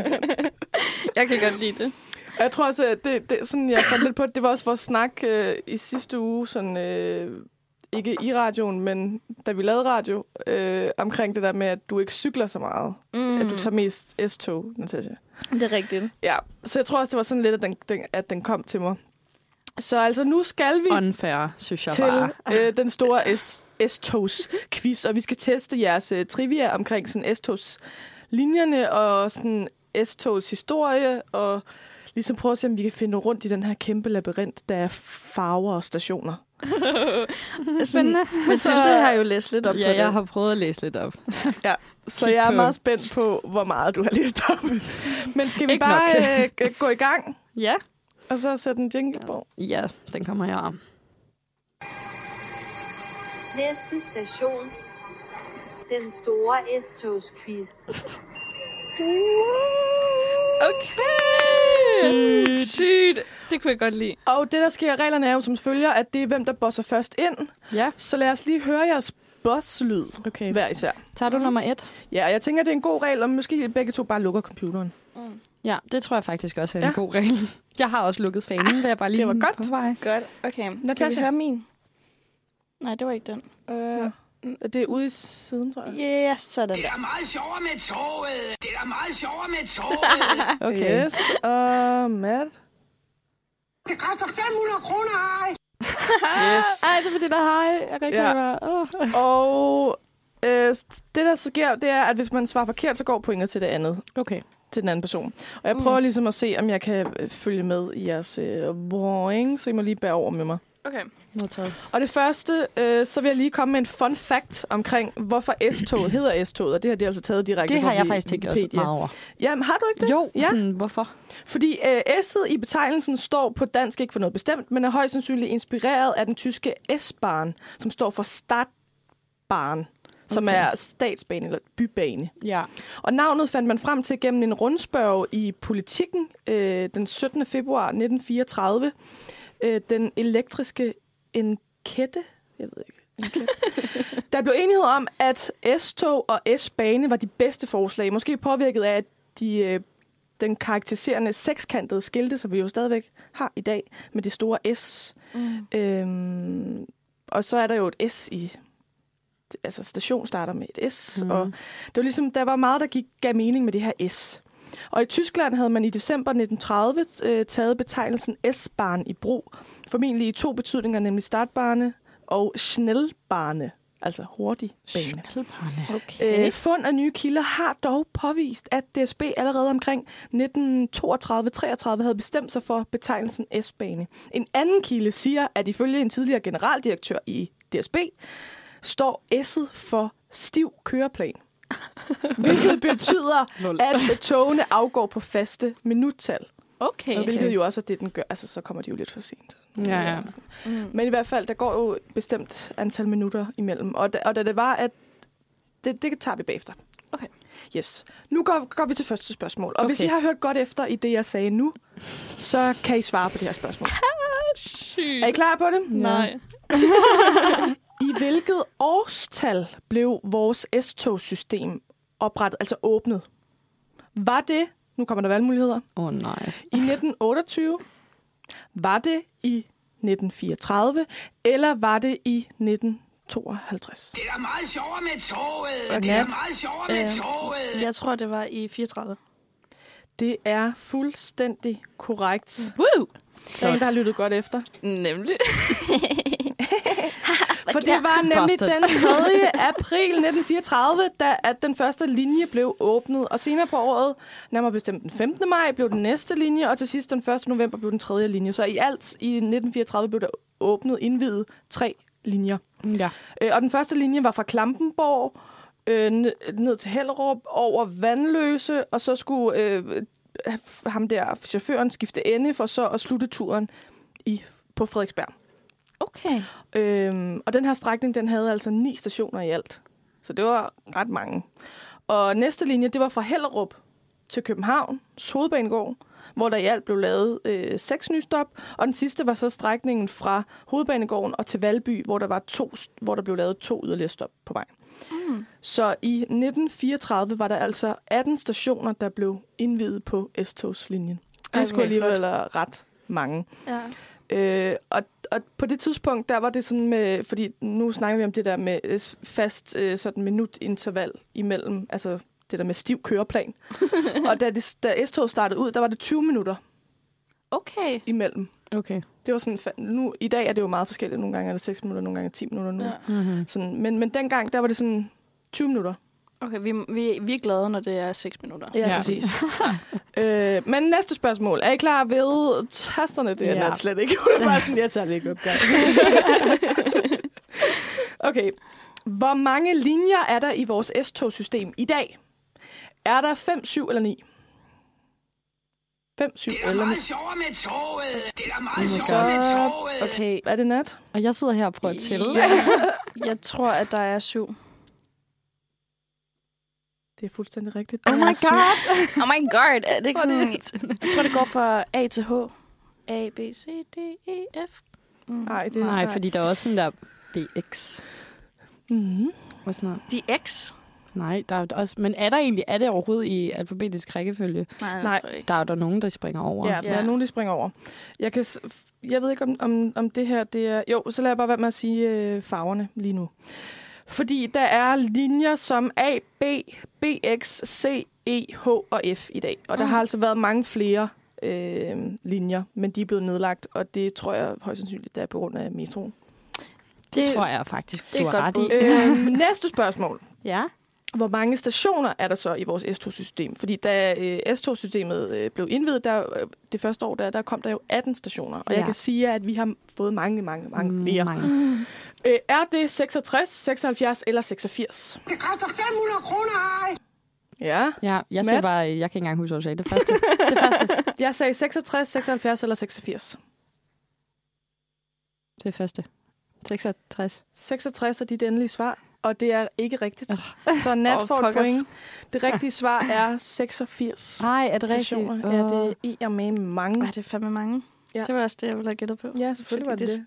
Jeg kan godt lide det. Og jeg tror også, at det sådan, jeg fandt lidt på, det var også vores snak i sidste uge, sådan, ikke i radioen, men da vi lavede radio, omkring det der med, at du ikke cykler så meget. At du tager mest S-tog, Natasha. Det er rigtigt. Ja, så jeg tror også, det var sådan lidt, at den kom til mig. Så altså, nu skal vi unfair, synes jeg bare. Den store S-togs-quiz, og vi skal teste jeres trivia omkring sådan S-togs-linjerne og sådan S-togs historie, og ligesom prøve at se, om vi kan finde rundt i den her kæmpe labyrint, der er farver og stationer. Spændende. Mathilde har jo læst lidt op på det. Ja, jeg har prøvet at læse lidt op. Ja, så jeg er meget spændt på, hvor meget du har læst op. Men skal vi bare gå i gang? Ja. Og så sætte en jingle på. Ja, den kommer her. Næste station. Den store S-togs-quiz. Okay. Sygt. Det kunne jeg godt lide. Og det, der sker, reglerne er jo som følger, at det er, hvem der bosser først ind. Ja. Så lad os lige høre jeres boss-lyd hver især. Tager du nummer 1? Ja, og jeg tænker, det er en god regel, om måske begge to bare lukker computeren. Ja, det tror jeg faktisk også er en god regel. Jeg har også lukket fanen, vil jeg bare lige det var godt. På vej. Godt, okay. Skal vi høre min? Nej, det var ikke den. Det er ude i siden, tror jeg. Ja, sådan der. Det er meget sjovere med toget. Okay. Yes, og Matt. Det koster 500 kroner, hej. Yes. Ej, det er fordi, der hej. Jeg kan Og det, der sker, det er, at hvis man svarer forkert, så går pointet til det andet. Okay. Til den anden person. Og jeg prøver ligesom at se, om jeg kan følge med i jeres boing, så I må lige bære over med mig. Okay. Og det første, så vil jeg lige komme med en fun fact omkring, hvorfor S-toget hedder S-toget, og det har de altså taget direkte det på har jeg faktisk tænkt også meget over. Jamen, har du ikke det? Jo, sådan, hvorfor? Fordi S'et i betegnelsen står på dansk ikke for noget bestemt, men er højst sandsynligt inspireret af den tyske S-Bahn, som står for Stadtbahn, som er statsbane eller bybane. Ja. Og navnet fandt man frem til gennem en rundspørg i Politikken den 17. februar 1934. Den elektriske enkætte, jeg ved ikke, der blev enighed om, at S-tog og S-bane var de bedste forslag. Måske påvirket af, at den karakteriserende sekskantede skilte, som vi jo stadigvæk har i dag, med det store S. Og så er der jo et S i... Altså station starter med et S, og det var ligesom, der var meget, der gav mening med det her S. Og i Tyskland havde man i december 1930 taget betegnelsen S-Bahn i brug. Formentlig i 2 betydninger, nemlig startbane og Schnellbane, altså hurtig bane. Okay. Fund af nye kilder har dog påvist, at DSB allerede omkring 1932-33 havde bestemt sig for betegnelsen S-bane. En anden kilde siger, at ifølge en tidligere generaldirektør i DSB, står S'et for stiv køreplan. Hvilket betyder, at togene afgår på faste minuttal. Okay. Hvilket jo også er det, den gør. Altså, så kommer de jo lidt for sent. Ja. Men i hvert fald, der går jo et bestemt antal minutter imellem. Og da det var, at det tager vi bagefter. Okay. Yes. Nu går vi til første spørgsmål. Og hvis I har hørt godt efter i det, jeg sagde nu, så kan I svare på det her spørgsmål. Sygt. Er I klar på det? Nej. I hvilket årstal blev vores S-togssystem oprettet, altså åbnet? Var det, nu kommer der valgmuligheder, nej. i 1928? Var det i 1934? Eller var det i 1952? Det er da meget sjovere med toget. Og Det er Nat? da meget sjovere med toget. Jeg tror, det var i 34. Det er fuldstændig korrekt. Woo! Der er en, der har lyttet godt efter. Nemlig. For det var nemlig den 3. april 1934, at den første linje blev åbnet. Og senere på året, nærmere bestemt den 15. maj, blev den næste linje, og til sidst den 1. november blev den 3. linje. Så i alt i 1934 blev der indviet 3 linjer. Ja. Og den første linje var fra Klampenborg ned til Hellerup, over Vandløse, og så skulle ham der, chaufføren, skifte ende for så at slutte turen på Frederiksberg. Okay. Og den her strækning, den havde altså 9 stationer i alt. Så det var ret mange. Og næste linje, det var fra Hellerup til Københavns Hovedbanegård, hvor der i alt blev lavet 6 nye stop. Og den sidste var så strækningen fra Hovedbanegården og til Valby, hvor der blev lavet 2 yderligere stop på vejen. Mm. Så i 1934 var der altså 18 stationer, der blev indviet på S-togslinjen. Det skulle alligevel være ret mange. Ja. Og på det tidspunkt, der var det sådan med, fordi nu snakker vi om det der med fast sådan minutinterval imellem, altså det der med stiv køreplan. Og da S-tog startede ud, der var det 20 minutter. Okay. Imellem. Okay. Det var sådan, nu i dag er det jo meget forskelligt. Nogle gange er det 6 minutter, nogle gange er det 10 minutter nu. Ja. Mm-hmm. Sådan, men dengang, der var det sådan 20 minutter. Okay, vi er glade, når det er 6 minutter. Ja, præcis. Men næste spørgsmål. Er I klar ved tasterne? Det er slet ikke. Det er bare sådan, jeg tager det ikke opgang. Okay. Hvor mange linjer er der i vores S-togsystem i dag? Er der 5, 7 eller 9? 5, 7 eller 9? Det er da meget sjovere med toget. Det er da meget sjovere med toget. Okay, er det Nat? Og jeg sidder her og prøver at tælle. Jeg tror, at der er 7. Det er fuldstændig rigtigt. Oh my god! Oh my god! Er det ikke sådan... Jeg tror, det går fra A til H. A, B, C, D, E, F. Nej, fordi der er også sådan der BX. Mm-hmm. Hvad sådan noget? De X? Nej, der er også... Men er det overhovedet i alfabetisk rækkefølge? Nej. Der er der nogen, der springer over. Ja, der er nogen, der springer over. Jeg ved ikke, om det her... Det er, jo, så lader jeg bare være med at sige farverne lige nu. Fordi der er linjer som A, B, BX, C, E, H og F i dag. Og der har altså været mange flere linjer, men de er blevet nedlagt, og det tror jeg højst sandsynligt, der er på grund af metroen. Det tror jeg faktisk, du har ret i. Næste spørgsmål. Ja. Hvor mange stationer er der så i vores S-togsystem? Fordi da S-togssystemet blev indviet, det første år, der kom der jo 18 stationer. Og jeg kan sige, at vi har fået mange flere. Er det 66, 76 eller 86? Det koster 500 kroner, ej! Ja. Jeg siger bare, jeg kan ikke engang huske, hvad du sagde. Det første. Jeg sagde 66, 76 eller 86. Det første. 66. 66 er dit endelige svar, og det er ikke rigtigt. Så Nat får et point. Det rigtige svar er 86. Nej, er det stationer. rigtigt? Ja, det er med mange. Er det fandme mange? Ja. Det var også det, jeg ville have gættet på. Ja, selvfølgelig var det.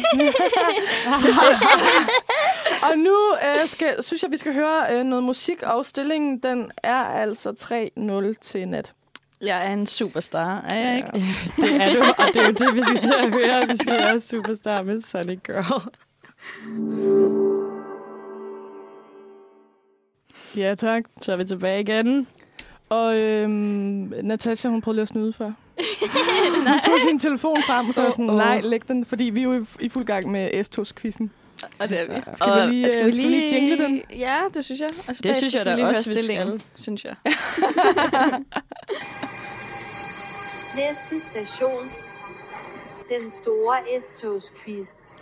Og nu synes jeg, vi skal høre noget musik, og stillingen den er altså 3-0 til Nat. Jeg er en superstar, er jeg ikke? Det er du, og det er jo det, vi skal til at høre. Vi skal være superstar med Sonic Girl. Ja, tak. Så er vi tilbage igen. Og Natasha, hun prøvede lige at snyde før. Hun tog sin telefon frem, og så var sådan, nej, læg den, fordi vi er jo i fuld gang med S-togs-quizzen. Og det er vi. Skal vi lige jingle den? Ja, det synes jeg. Altså, det synes jeg da også, vi skal. Synes jeg. Næste station. Den store S-togs-quiz.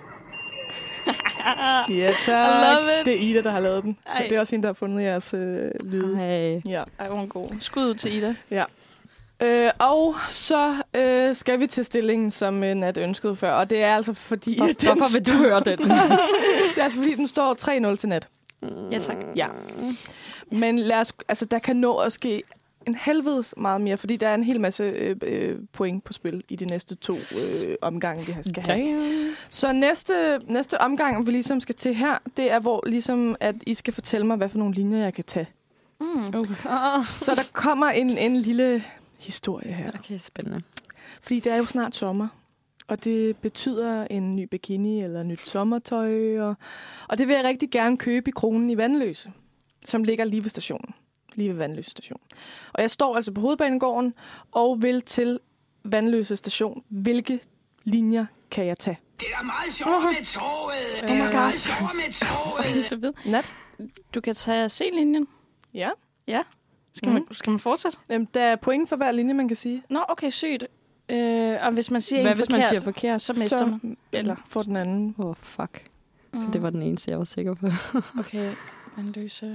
Ja, tak. Det er Ida, der har lavet den. Og det er også hende, der har fundet jeres lyde. Ja. Ej, hvor er god. Skud til Ida. Ja. Og så skal vi til stillingen, som Nat ønskede før. Og det er altså fordi... Hvorfor vil du høre den? Det er altså fordi, den står 3-0 til Nat. Ja, tak. Ja. Men der kan nå at ske en helvedes meget mere, fordi der er en hel masse point på spil i de næste 2 omgange, vi skal have. Så næste omgang, vi ligesom skal til her, det er, hvor ligesom, at I skal fortælle mig, hvad for nogle linjer jeg kan tage. Så der kommer en lille historie her. Okay, spændende. Fordi det er jo snart sommer, og det betyder en ny bikini eller nyt sommertøj. Og det vil jeg rigtig gerne købe i Kronen i Vanløse, som ligger lige ved stationen. Lige ved Vanløse station. Og jeg står altså på Hovedbanegården og vil til Vanløse station. Hvilke linjer kan jeg tage? Det er da meget sjovt med toget. Det er da meget sjovt med toget. Du ved. Nat? Du kan tage C-linjen. Ja. Ja. Skal man fortsætte? Jamen, der er point for hver linje, man kan sige. Nå, okay, sygt. Og hvis man siger Hvad en hvis forkert, man siger forkert? så mister man. Eller får den anden. Fuck. For det var den eneste, jeg var sikker på. Okay, Vanløse.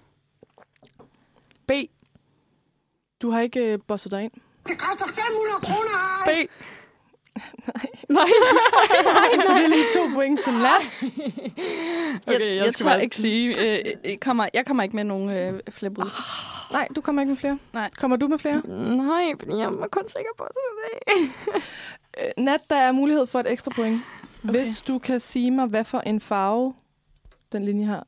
B. Du har ikke bosset dig ind. Det koster 500 kroner, ej. B. Nej. Så det er lige 2 point til Nat. Okay, jeg tror ikke sige. Jeg kommer ikke med nogen flere bud. Nej, du kommer ikke med flere. Nej. Kommer du med flere? Nej, fordi jeg var kun sikker på det. Nat, der er mulighed for et ekstra point. Okay. Hvis du kan sige mig, hvad for en farve den linje har.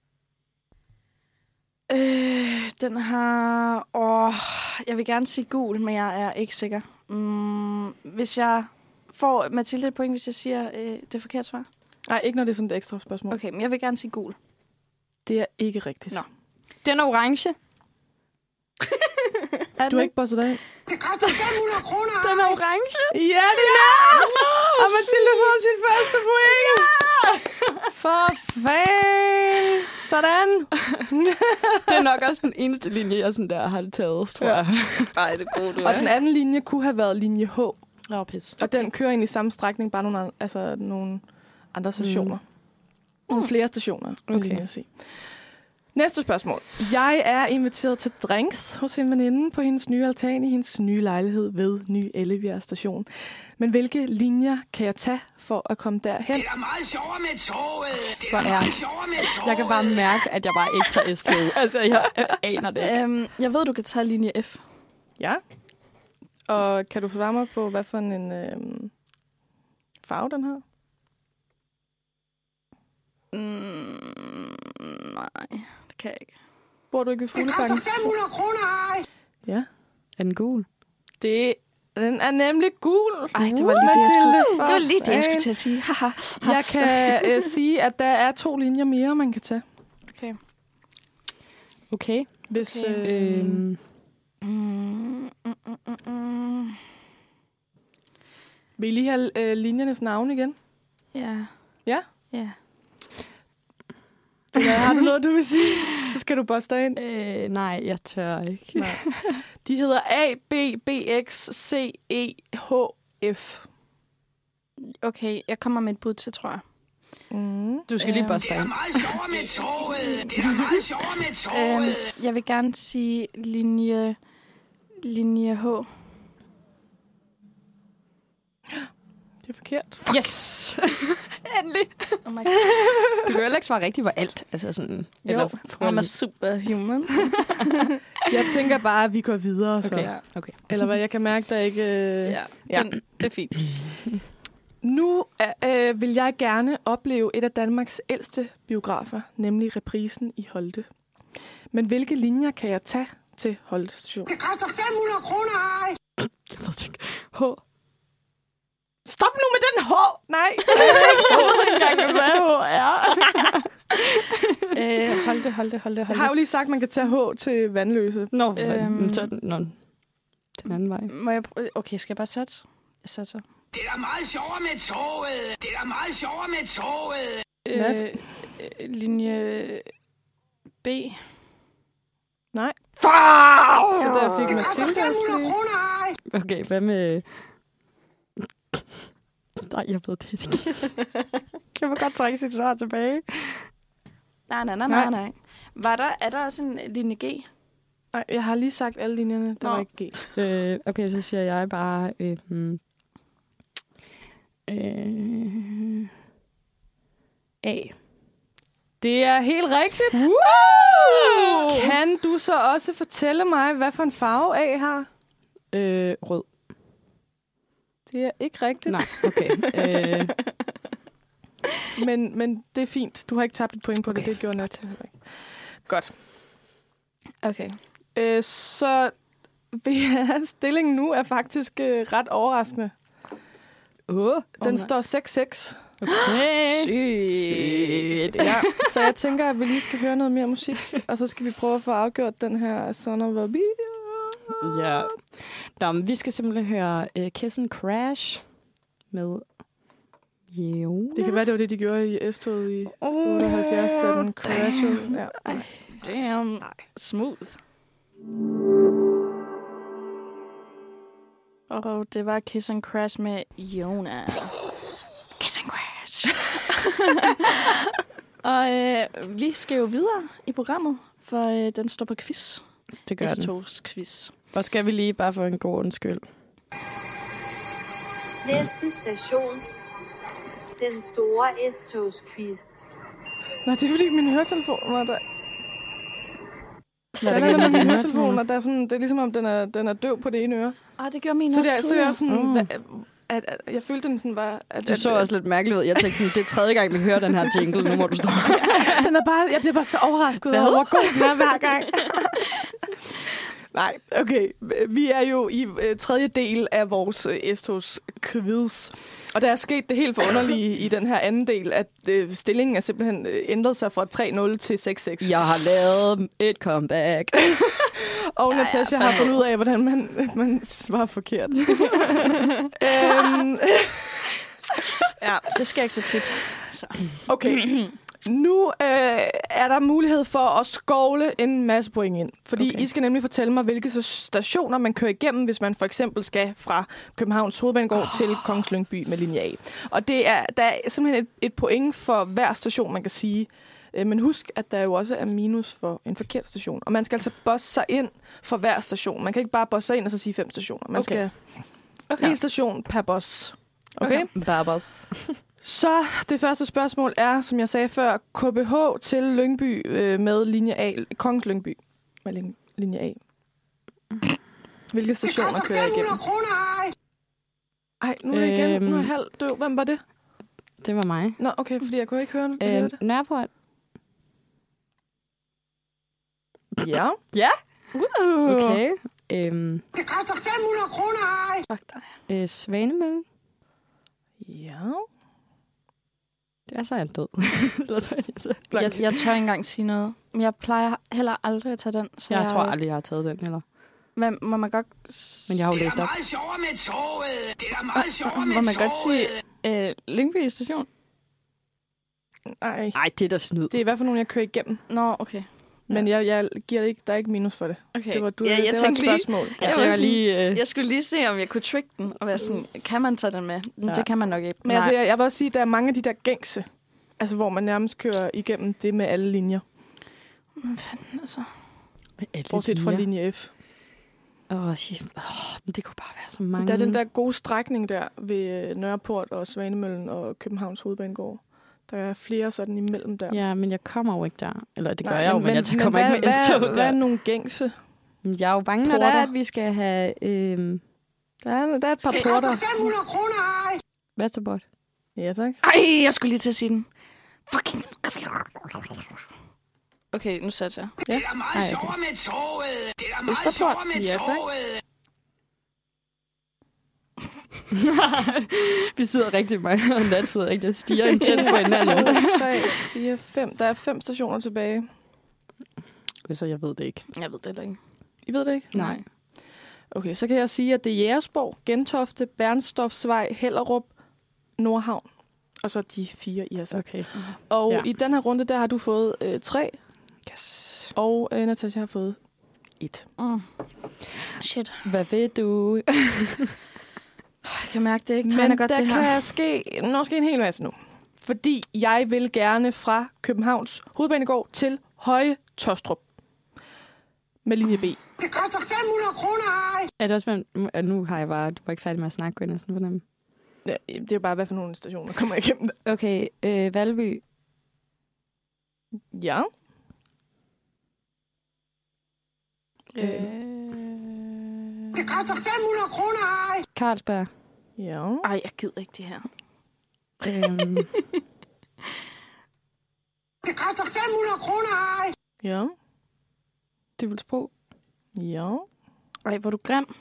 Den har... jeg vil gerne sige gul, men jeg er ikke sikker. Hvis jeg får Mathilde et point, hvis jeg siger det forkerte svar? Nej, ikke når det er sådan et ekstra spørgsmål. Okay, men jeg vil gerne sige gul. Det er ikke rigtigt. Nå. Den er orange. Du har ikke bosset dig ind. Det koster 500 kroner, ej. Den er orange. Ja, det er! Og Mathilde får sit første point. For fanden! Sådan! Det er nok også den eneste linje, jeg sådan der har taget, tror jeg. Nej, det er god, du Og den anden linje kunne have været linje H. Pis. Og den kører ind i samme strækning, bare nogle andre stationer. Nogle flere stationer, vil jeg sige. Næste spørgsmål. Jeg er inviteret til drinks hos en veninde på hendes nye altan i hendes nye lejlighed ved Ny Ellebjerg station. Men hvilke linjer kan jeg tage for at komme derhen? Det er da meget sjovere med toget. Det er Hvor da er- meget sjovere med toget. Jeg kan bare mærke, at jeg bare ikke tager S-tog. Altså, jeg aner det ikke. Jeg ved, du kan tage linje F. Ja. Og kan du svare mig på, hvad for en farve den har? Nej, det kan jeg ikke. Bor du ikke ved Det koster Fugleparken? 500 kroner, ej. Ja. Er den gul? Den er nemlig gul. Ej, det var lige det, jeg skulle, Mathilde, det var lige det, jeg skulle for til at sige. Haha. Jeg kan sige, at der er 2 linjer mere, man kan tage. Okay. Okay. Hvis, Vil I lige have linjernes navn igen? Ja. Ja? Ja. Eller har du noget, du vil sige? Så skal du boste dig ind. Nej, jeg tør ikke. Nej. De hedder A, B, BX, C, E, H, F. Okay, jeg kommer med et bud til, tror jeg. Du skal lige boste Det dig er ind. meget sjovere med toget. Det er da meget sjovere med toget. Jeg vil gerne sige linje H. Det er forkert. Yes! Endelig! Oh my God. Du kan jo heller ikke svare rigtigt på alt. Altså sådan, Eller I'm a superhuman. Jeg tænker bare, at vi går videre. Så. Okay. Okay. Eller hvad, jeg kan mærke, der ikke... Ja, det er fint. Nu vil jeg gerne opleve et af Danmarks ældste biografer, nemlig Reprisen i Holte. Men hvilke linjer kan jeg tage til Holte station? Det koster 500 kroner, ej. Jeg ved det ikke. H. Stop nu med den H! Nej! Jeg ved ikke engang, hvad H er. Holte. Jeg har jo lige sagt, at man kan tage H til Vanløse. Nå, så den anden vej. Må jeg okay, skal jeg bare satse? Jeg satser. Det er da meget sjovere med toget. Det er da meget sjovere med toget. Linje B. Nej. Fuck! Så der fik Det koster Mathilde 500 også. kroner, ej. Okay, hvad med... Nej, jeg ved det ikke. Kan man godt trække sit svar tilbage? Nej. Er der også en linje G? Nej, jeg har lige sagt alle linjerne. Der var ikke G. Okay, så siger jeg bare... A. Det er helt rigtigt. Kan du så også fortælle mig, hvad for en farve A har? Rød. Det er ikke rigtigt. Nej, okay. Men det er fint. Du har ikke tabt et point på det. Det gjorde Nat. Godt. Okay. Så stillingen nu er faktisk ret overraskende. Den står 6-6. Okay. Sygt. Ja, så jeg tænker, at vi lige skal høre noget mere musik, og så skal vi prøve at få afgjort den her Son of a Bitch. Ja. Nå, men vi skal simpelthen høre Kiss and Crash med Jo. Det kan være, det var det, de gjorde i S-toget i 78, da den crashede. Ja. Damn. Smooth. Og det var Kiss and Crash med Jona. Kiss and Crash. Og vi skal jo videre i programmet, for den står på quiz. Det gør den. S-togs quiz. Og skal vi lige bare få en god undskyld. Næste station. Den store S-togs quiz. Nå, det er fordi mine høretelefoner, der... Hvad der er med mine høretelefoner, der er sådan, det er ligesom om, den er døv på det ene øre. Det gør min så også tidligere. Så jeg sådan, at jeg følte, den sådan var... Du så også lidt mærkeligt ud. Jeg tænkte sådan, det er tredje gang, vi hører den her jingle. Nu må du stå. Den er bare, jeg bliver bare så overrasket over, hvor god den er hver gang. Nej, okay. Vi er jo i tredje del af vores S-togs quiz. Og der er sket det helt forunderlige i den her anden del, at stillingen er simpelthen ændret sig fra 3-0 til 6-6. Jeg har lavet et comeback. Og Natasha har fundet ud af, hvordan man svarer forkert. Ja, det sker ikke så tit. Så. Okay. Nu er der mulighed for at skovle en masse point ind. Fordi I skal nemlig fortælle mig, hvilke stationer man kører igennem, hvis man for eksempel skal fra Københavns Hovedbanegård til Kongens Lyngby med linje A. Og der er simpelthen et point for hver station, man kan sige. Men husk, at der jo også er minus for en forkert station. Og man skal altså bosse sig ind for hver station. Man kan ikke bare bosse sig ind og så sige 5 stationer. Man skal en station per boss. Okay? Barbers. Så det første spørgsmål er, som jeg sagde før, KBH til Lyngby med linje A. Kongens Lyngby med linje A. Hvilke stationer kører jeg igennem? Ej, nu er det igen. Nu er jeg halvt døv. Hvem var det? Det var mig. Nå, okay, fordi jeg kunne ikke høre det. Nørreport. Ja. Ja. Okay. Det koster 500 kroner, ej! Fuck dig. Svanemøllen. Ja. Det er så jeg død. jeg tør ikke engang sige noget. Men jeg plejer heller aldrig at tage den. Så jeg tror aldrig, jeg har taget den heller. Men må man godt... Men jeg har jo læst op. Det er meget sjovere med toget. Det er da meget sjovere med toget. Må man godt sige Lyngby station? Nej, det er da snyd. Det er i hvert fald nogen, jeg kører igennem. Nå, okay. Men jeg giver ikke, der er ikke minus for det. Okay. Det var, jeg det var et spørgsmål. Jeg skulle lige se, om jeg kunne trick den, og være sådan, kan man tage den med? Det kan man nok ikke. Men altså, jeg vil også sige, at der er mange af de der gængse, altså hvor man nærmest kører igennem det med alle linjer. Hvad fanden altså? Bortset fra linje F. Men det kunne bare være så mange. Der er den der gode strækning der ved Nørreport og Svanemøllen og Københavns Hovedbanegård. Der er flere sådan imellem der. Ja, men jeg kommer jo ikke der. Eller det gør jeg jo, men jeg kommer ikke med S-tog der. Hvad er nogle gængse? Jeg er jo bange, når der er, at vi skal have... Der er et par porter. Det koster 500 kroner, ej! Vesterport. Ja, tak. Ej, jeg skulle lige til at sige den. Fucking... Okay, nu satte jeg. Ja. Det er da meget sjovere med toget. Det er da meget sjovere med toget. Vi sidder rigtig mange, og Nat sidder rigtig og stiger intens på hinanden. 1, 2, 3, 4, 5. Der er 5 stationer tilbage. Så jeg ved det ikke. Jeg ved det ikke. I ved det ikke? Nej. Okay, så kan jeg sige, at det er Jægersborg, Gentofte, Bernstorffsvej, Hellerup, Nordhavn. Og så de 4, I har sagt. Okay. Og i den her runde, der har du fået 3. Yes. Og Natasha har fået 1. Shit. Hvad ved du? Jeg kan mærke, det ikke tegner godt, det her. Men der kan ske en hel masse nu. Fordi jeg vil gerne fra Københavns Hovedbanegård til Høje Tåstrup. Med linje B. Det koster 500 kroner, ej! Er det også, nu har jeg bare... Du var ikke færdig med at snakke, kunne jeg næsten fornemme. Ja, det er bare, hvad for nogle stationer kommer igennem der. Okay, Valby. Ja. Det koster 500 kroner, ej! Carlsberg. Ja. Ej, jeg gider ikke det her. Det koster 500 kroner, ej! Ja. Dybbølsbro. Ja. Ej, hvor du grim.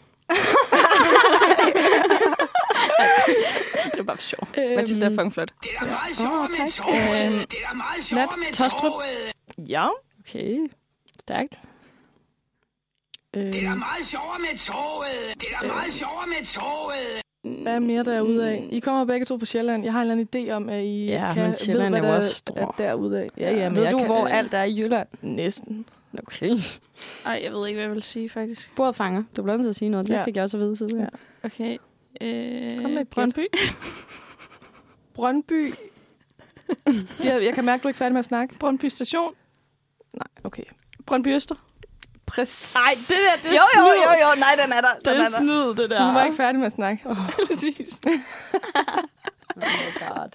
Det var bare for sjov. Mathilde er fucking flot. Det er da meget sjovere med toget. Det er da meget sjovere med toget. Ja. Okay. Stærkt. Det er da meget sjovere med toget. Det er da meget sjovere med toget. Hvad er mere derude af? I kommer begge to fra Sjælland. Jeg har en eller anden idé om, at I kan ved, hvad der er derude af. Ja, men ved du, hvor alt er i Jylland? Næsten. Okay. Ej, jeg ved ikke, hvad jeg vil sige, faktisk. Bordet fanger. Du bliver nødt til at sige noget. Det fik jeg også at vide siden. Ja. Okay. Kom med Brøndby. Brøndby. Jeg kan mærke, at du er ikke færdig med at snakke. Brøndby Station. Nej, okay. Brøndby Øster. Præcis. Nej, det der, det er jo. Nej, den er der. Det er snyd, det der. Hun var ikke færdig med at snakke. Præcis. Oh my god.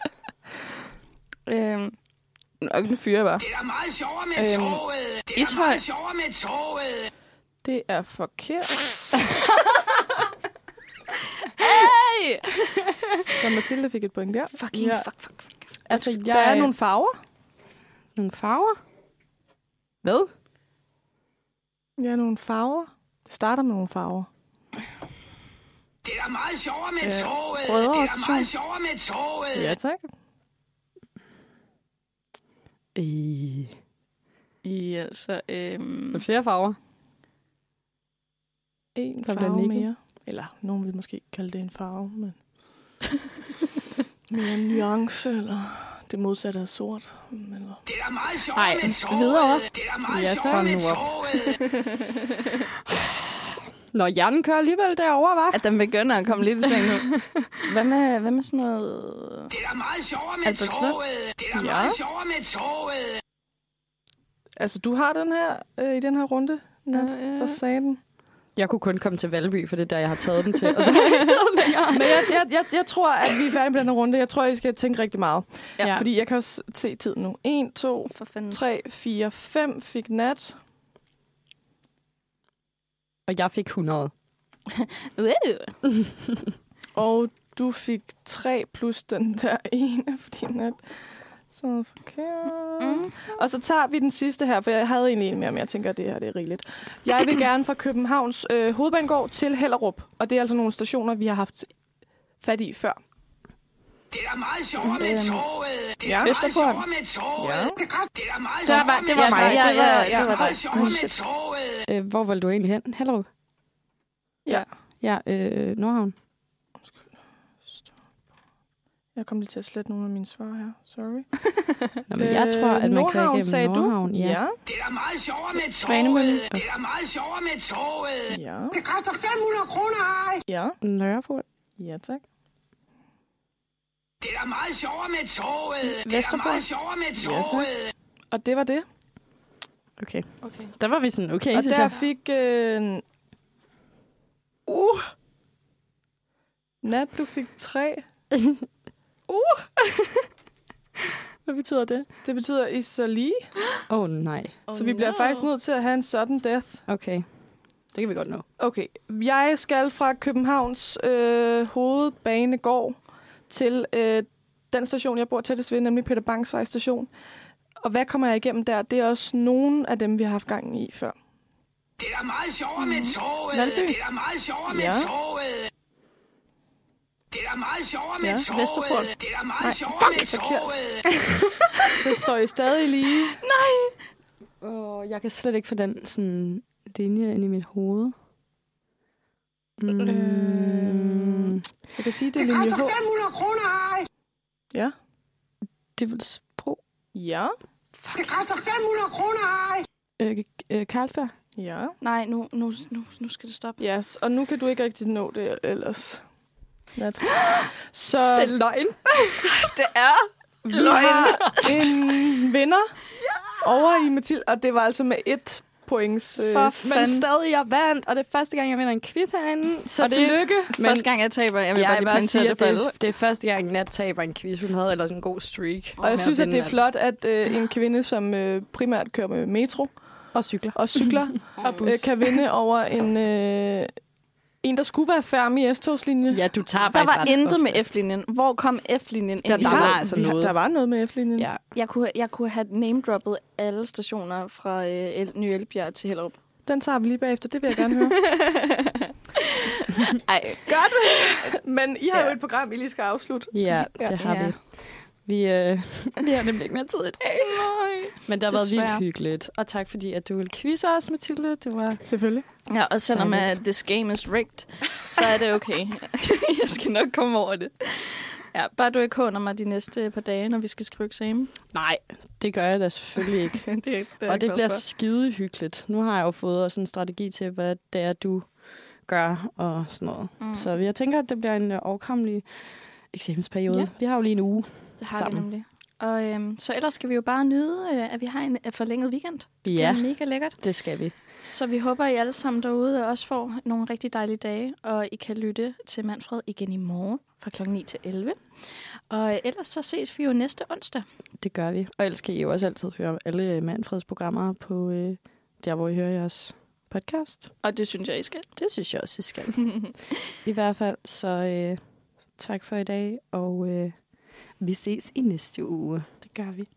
Nok den fyre bare. Det er da meget sjovere med toget. Det er da meget sjovere med toget. Det er forkert. Hey! Så Mathilde fik et point der. Fucking fuck. Altså, der er nogle farver. Nogle farver? Hvad? Ja, nogle farver. Det starter med nogle farver. Det er da meget sjovere med toget. Rødovre Det er da Station. meget sjovere med toget. Ja, tak. Altså, Der flere farver. En Der bliver farve nikket. mere. Eller nogen vil måske kalde det en farve, men mere en nuance, eller det modsatte af sort. Eller... Det er da meget sjovere med toget. videre. Det er da meget sjovere med toget. Når hjernen kører alligevel derovre, var. At den begynder at komme lidt i sving nu. Hvad med sådan noget... Det er da meget sjovere med Albertslund? toget. Det er da meget sjovere med toget. Altså, du har den her i den her runde, Nat, for saten. Jeg kunne kun komme til Valby, for det er der, jeg har taget den til. Og så har jeg ikke taget længere. Men jeg tror, at vi er færdige med den her runde. Jeg tror, I skal tænke rigtig meget. Ja. Fordi jeg kan også se tiden nu. 1, 2, 3, 4, 5 fik Nat. Og jeg fik 100. Og du fik 3 plus den der ene, fordi Nat... Så forkert. Og så tager vi den sidste her, for jeg havde egentlig en mere, men jeg tænker, at det her det er rigeligt. Jeg vil gerne fra Københavns hovedbanegård til Hellerup, og det er altså nogle stationer, vi har haft fat i før. Det er da meget sjovere med toget. Det er da meget Østerport. sjovere med toget. Ja. Det er da meget sjovere med det var mig. toget. Det er Det da var meget dig. sjovere med toget. Hvor ville du egentlig hen? Hellerup? Ja. Ja, Nordhavn. Jeg kom lige til at slette nogle af mine svar her. Sorry. Nå, men jeg tror, at man kører igennem Nordhavn. Ja. Det er da meget sjovere med toget. Det er da meget sjovere med toget. Ja. Det koster 500 kroner, ej. Ja. Nørreport. Ja, tak. Det er da meget sjovere med toget. Det er da Vesterport. meget sjovere med toget. Og det var det. Okay. Der var vi sådan, okay, Og synes der jeg. fik... Nat, du fik 3. Hvad betyder det? Det betyder I så lige. Nej. Så vi bliver faktisk nødt til at have en sudden death. Okay. Det kan vi godt nå. Okay. Jeg skal fra Københavns hovedbanegård til den station, jeg bor tættest ved, nemlig Peter Bangsvej station. Og hvad kommer jeg igennem der? Det er også nogle af dem, vi har haft gang i før. Det er da meget sjovere med toget. Valby. Det er da meget sjovere med Ja. toget. Det er da meget sjovere med Ja, toget. Vesterport. Det er da meget sjovere med toget. Så står I stadig lige. Jeg kan slet ikke få den sådan linje ind i mit hoved. Jeg kan sige, det er Det linje koster H. 500 kroner, ej. Ja. Dybbølsbro. Ja. Det koster 500 kroner, ej. Carlsberg. Ja. Nej, nu skal det stoppe. Yes. Og nu kan du ikke rigtig nå det ellers. Nat. Så Det er løgn. Det er vi har en vinder over i Mathilde, og det var altså med 1 points. Men stadig, jeg vandt, og det er første gang, jeg vinder en quiz herinde. Så og det, tillykke. første gang, jeg taber. Jeg vil jeg bare vil lige bare pointere sige, det at for alle. det er første gang, Nat taber en quiz. Hun havde ellers en god streak. Og jeg synes, at det er flot, at en kvinde, som primært kører med metro Og cykler. og kan vinde over en, der skulle være færdig i S-togslinje. Ja, du tager Der faktisk var ret intet ofte. med F-linjen. Hvor kom F-linjen ind? Der var altså noget. Der var noget med F-linjen. Ja. Jeg kunne have name-droppet alle stationer fra Ny Elbjerg til Hellerup. Den tager vi lige bagefter. Det vil jeg gerne høre. Ej. Godt. Men I har jo et program, I lige skal afslutte. Ja, det har vi. Vi har nemlig ikke mere tid i dag. Men det har været vildt hyggeligt. Og tak fordi, at du ville quizze os, Mathilde. Det var selvfølgelig. Ja, og selvom this game is rigged, så er det okay. Jeg skal nok komme over det. Ja, bare du ikke håner mig de næste par dage, når vi skal skrive eksamen. Nej, det gør jeg da selvfølgelig ikke. Og det bliver skide hyggeligt. Nu har jeg jo fået også en strategi til, hvad det er, du gør og sådan noget. Så jeg tænker, at det bliver en overkommelig eksamensperiode. Ja. Vi har jo lige en uge det har sammen. Vi nemlig. Og så ellers skal vi jo bare nyde, at vi har en forlænget weekend. Ja, det er mega lækkert. Det skal vi. Så vi håber, I alle sammen derude også får nogle rigtig dejlige dage, og I kan lytte til Manfred igen i morgen fra kl. 9 til 11. Og ellers så ses vi jo næste onsdag. Det gør vi. Og ellers kan I jo også altid høre alle Manfreds programmer på der, hvor I hører jeres podcast. Og det synes jeg, I skal. Det synes jeg også, I skal. I hvert fald, så tak for i dag, og vi ses i næste uge. Det gør vi.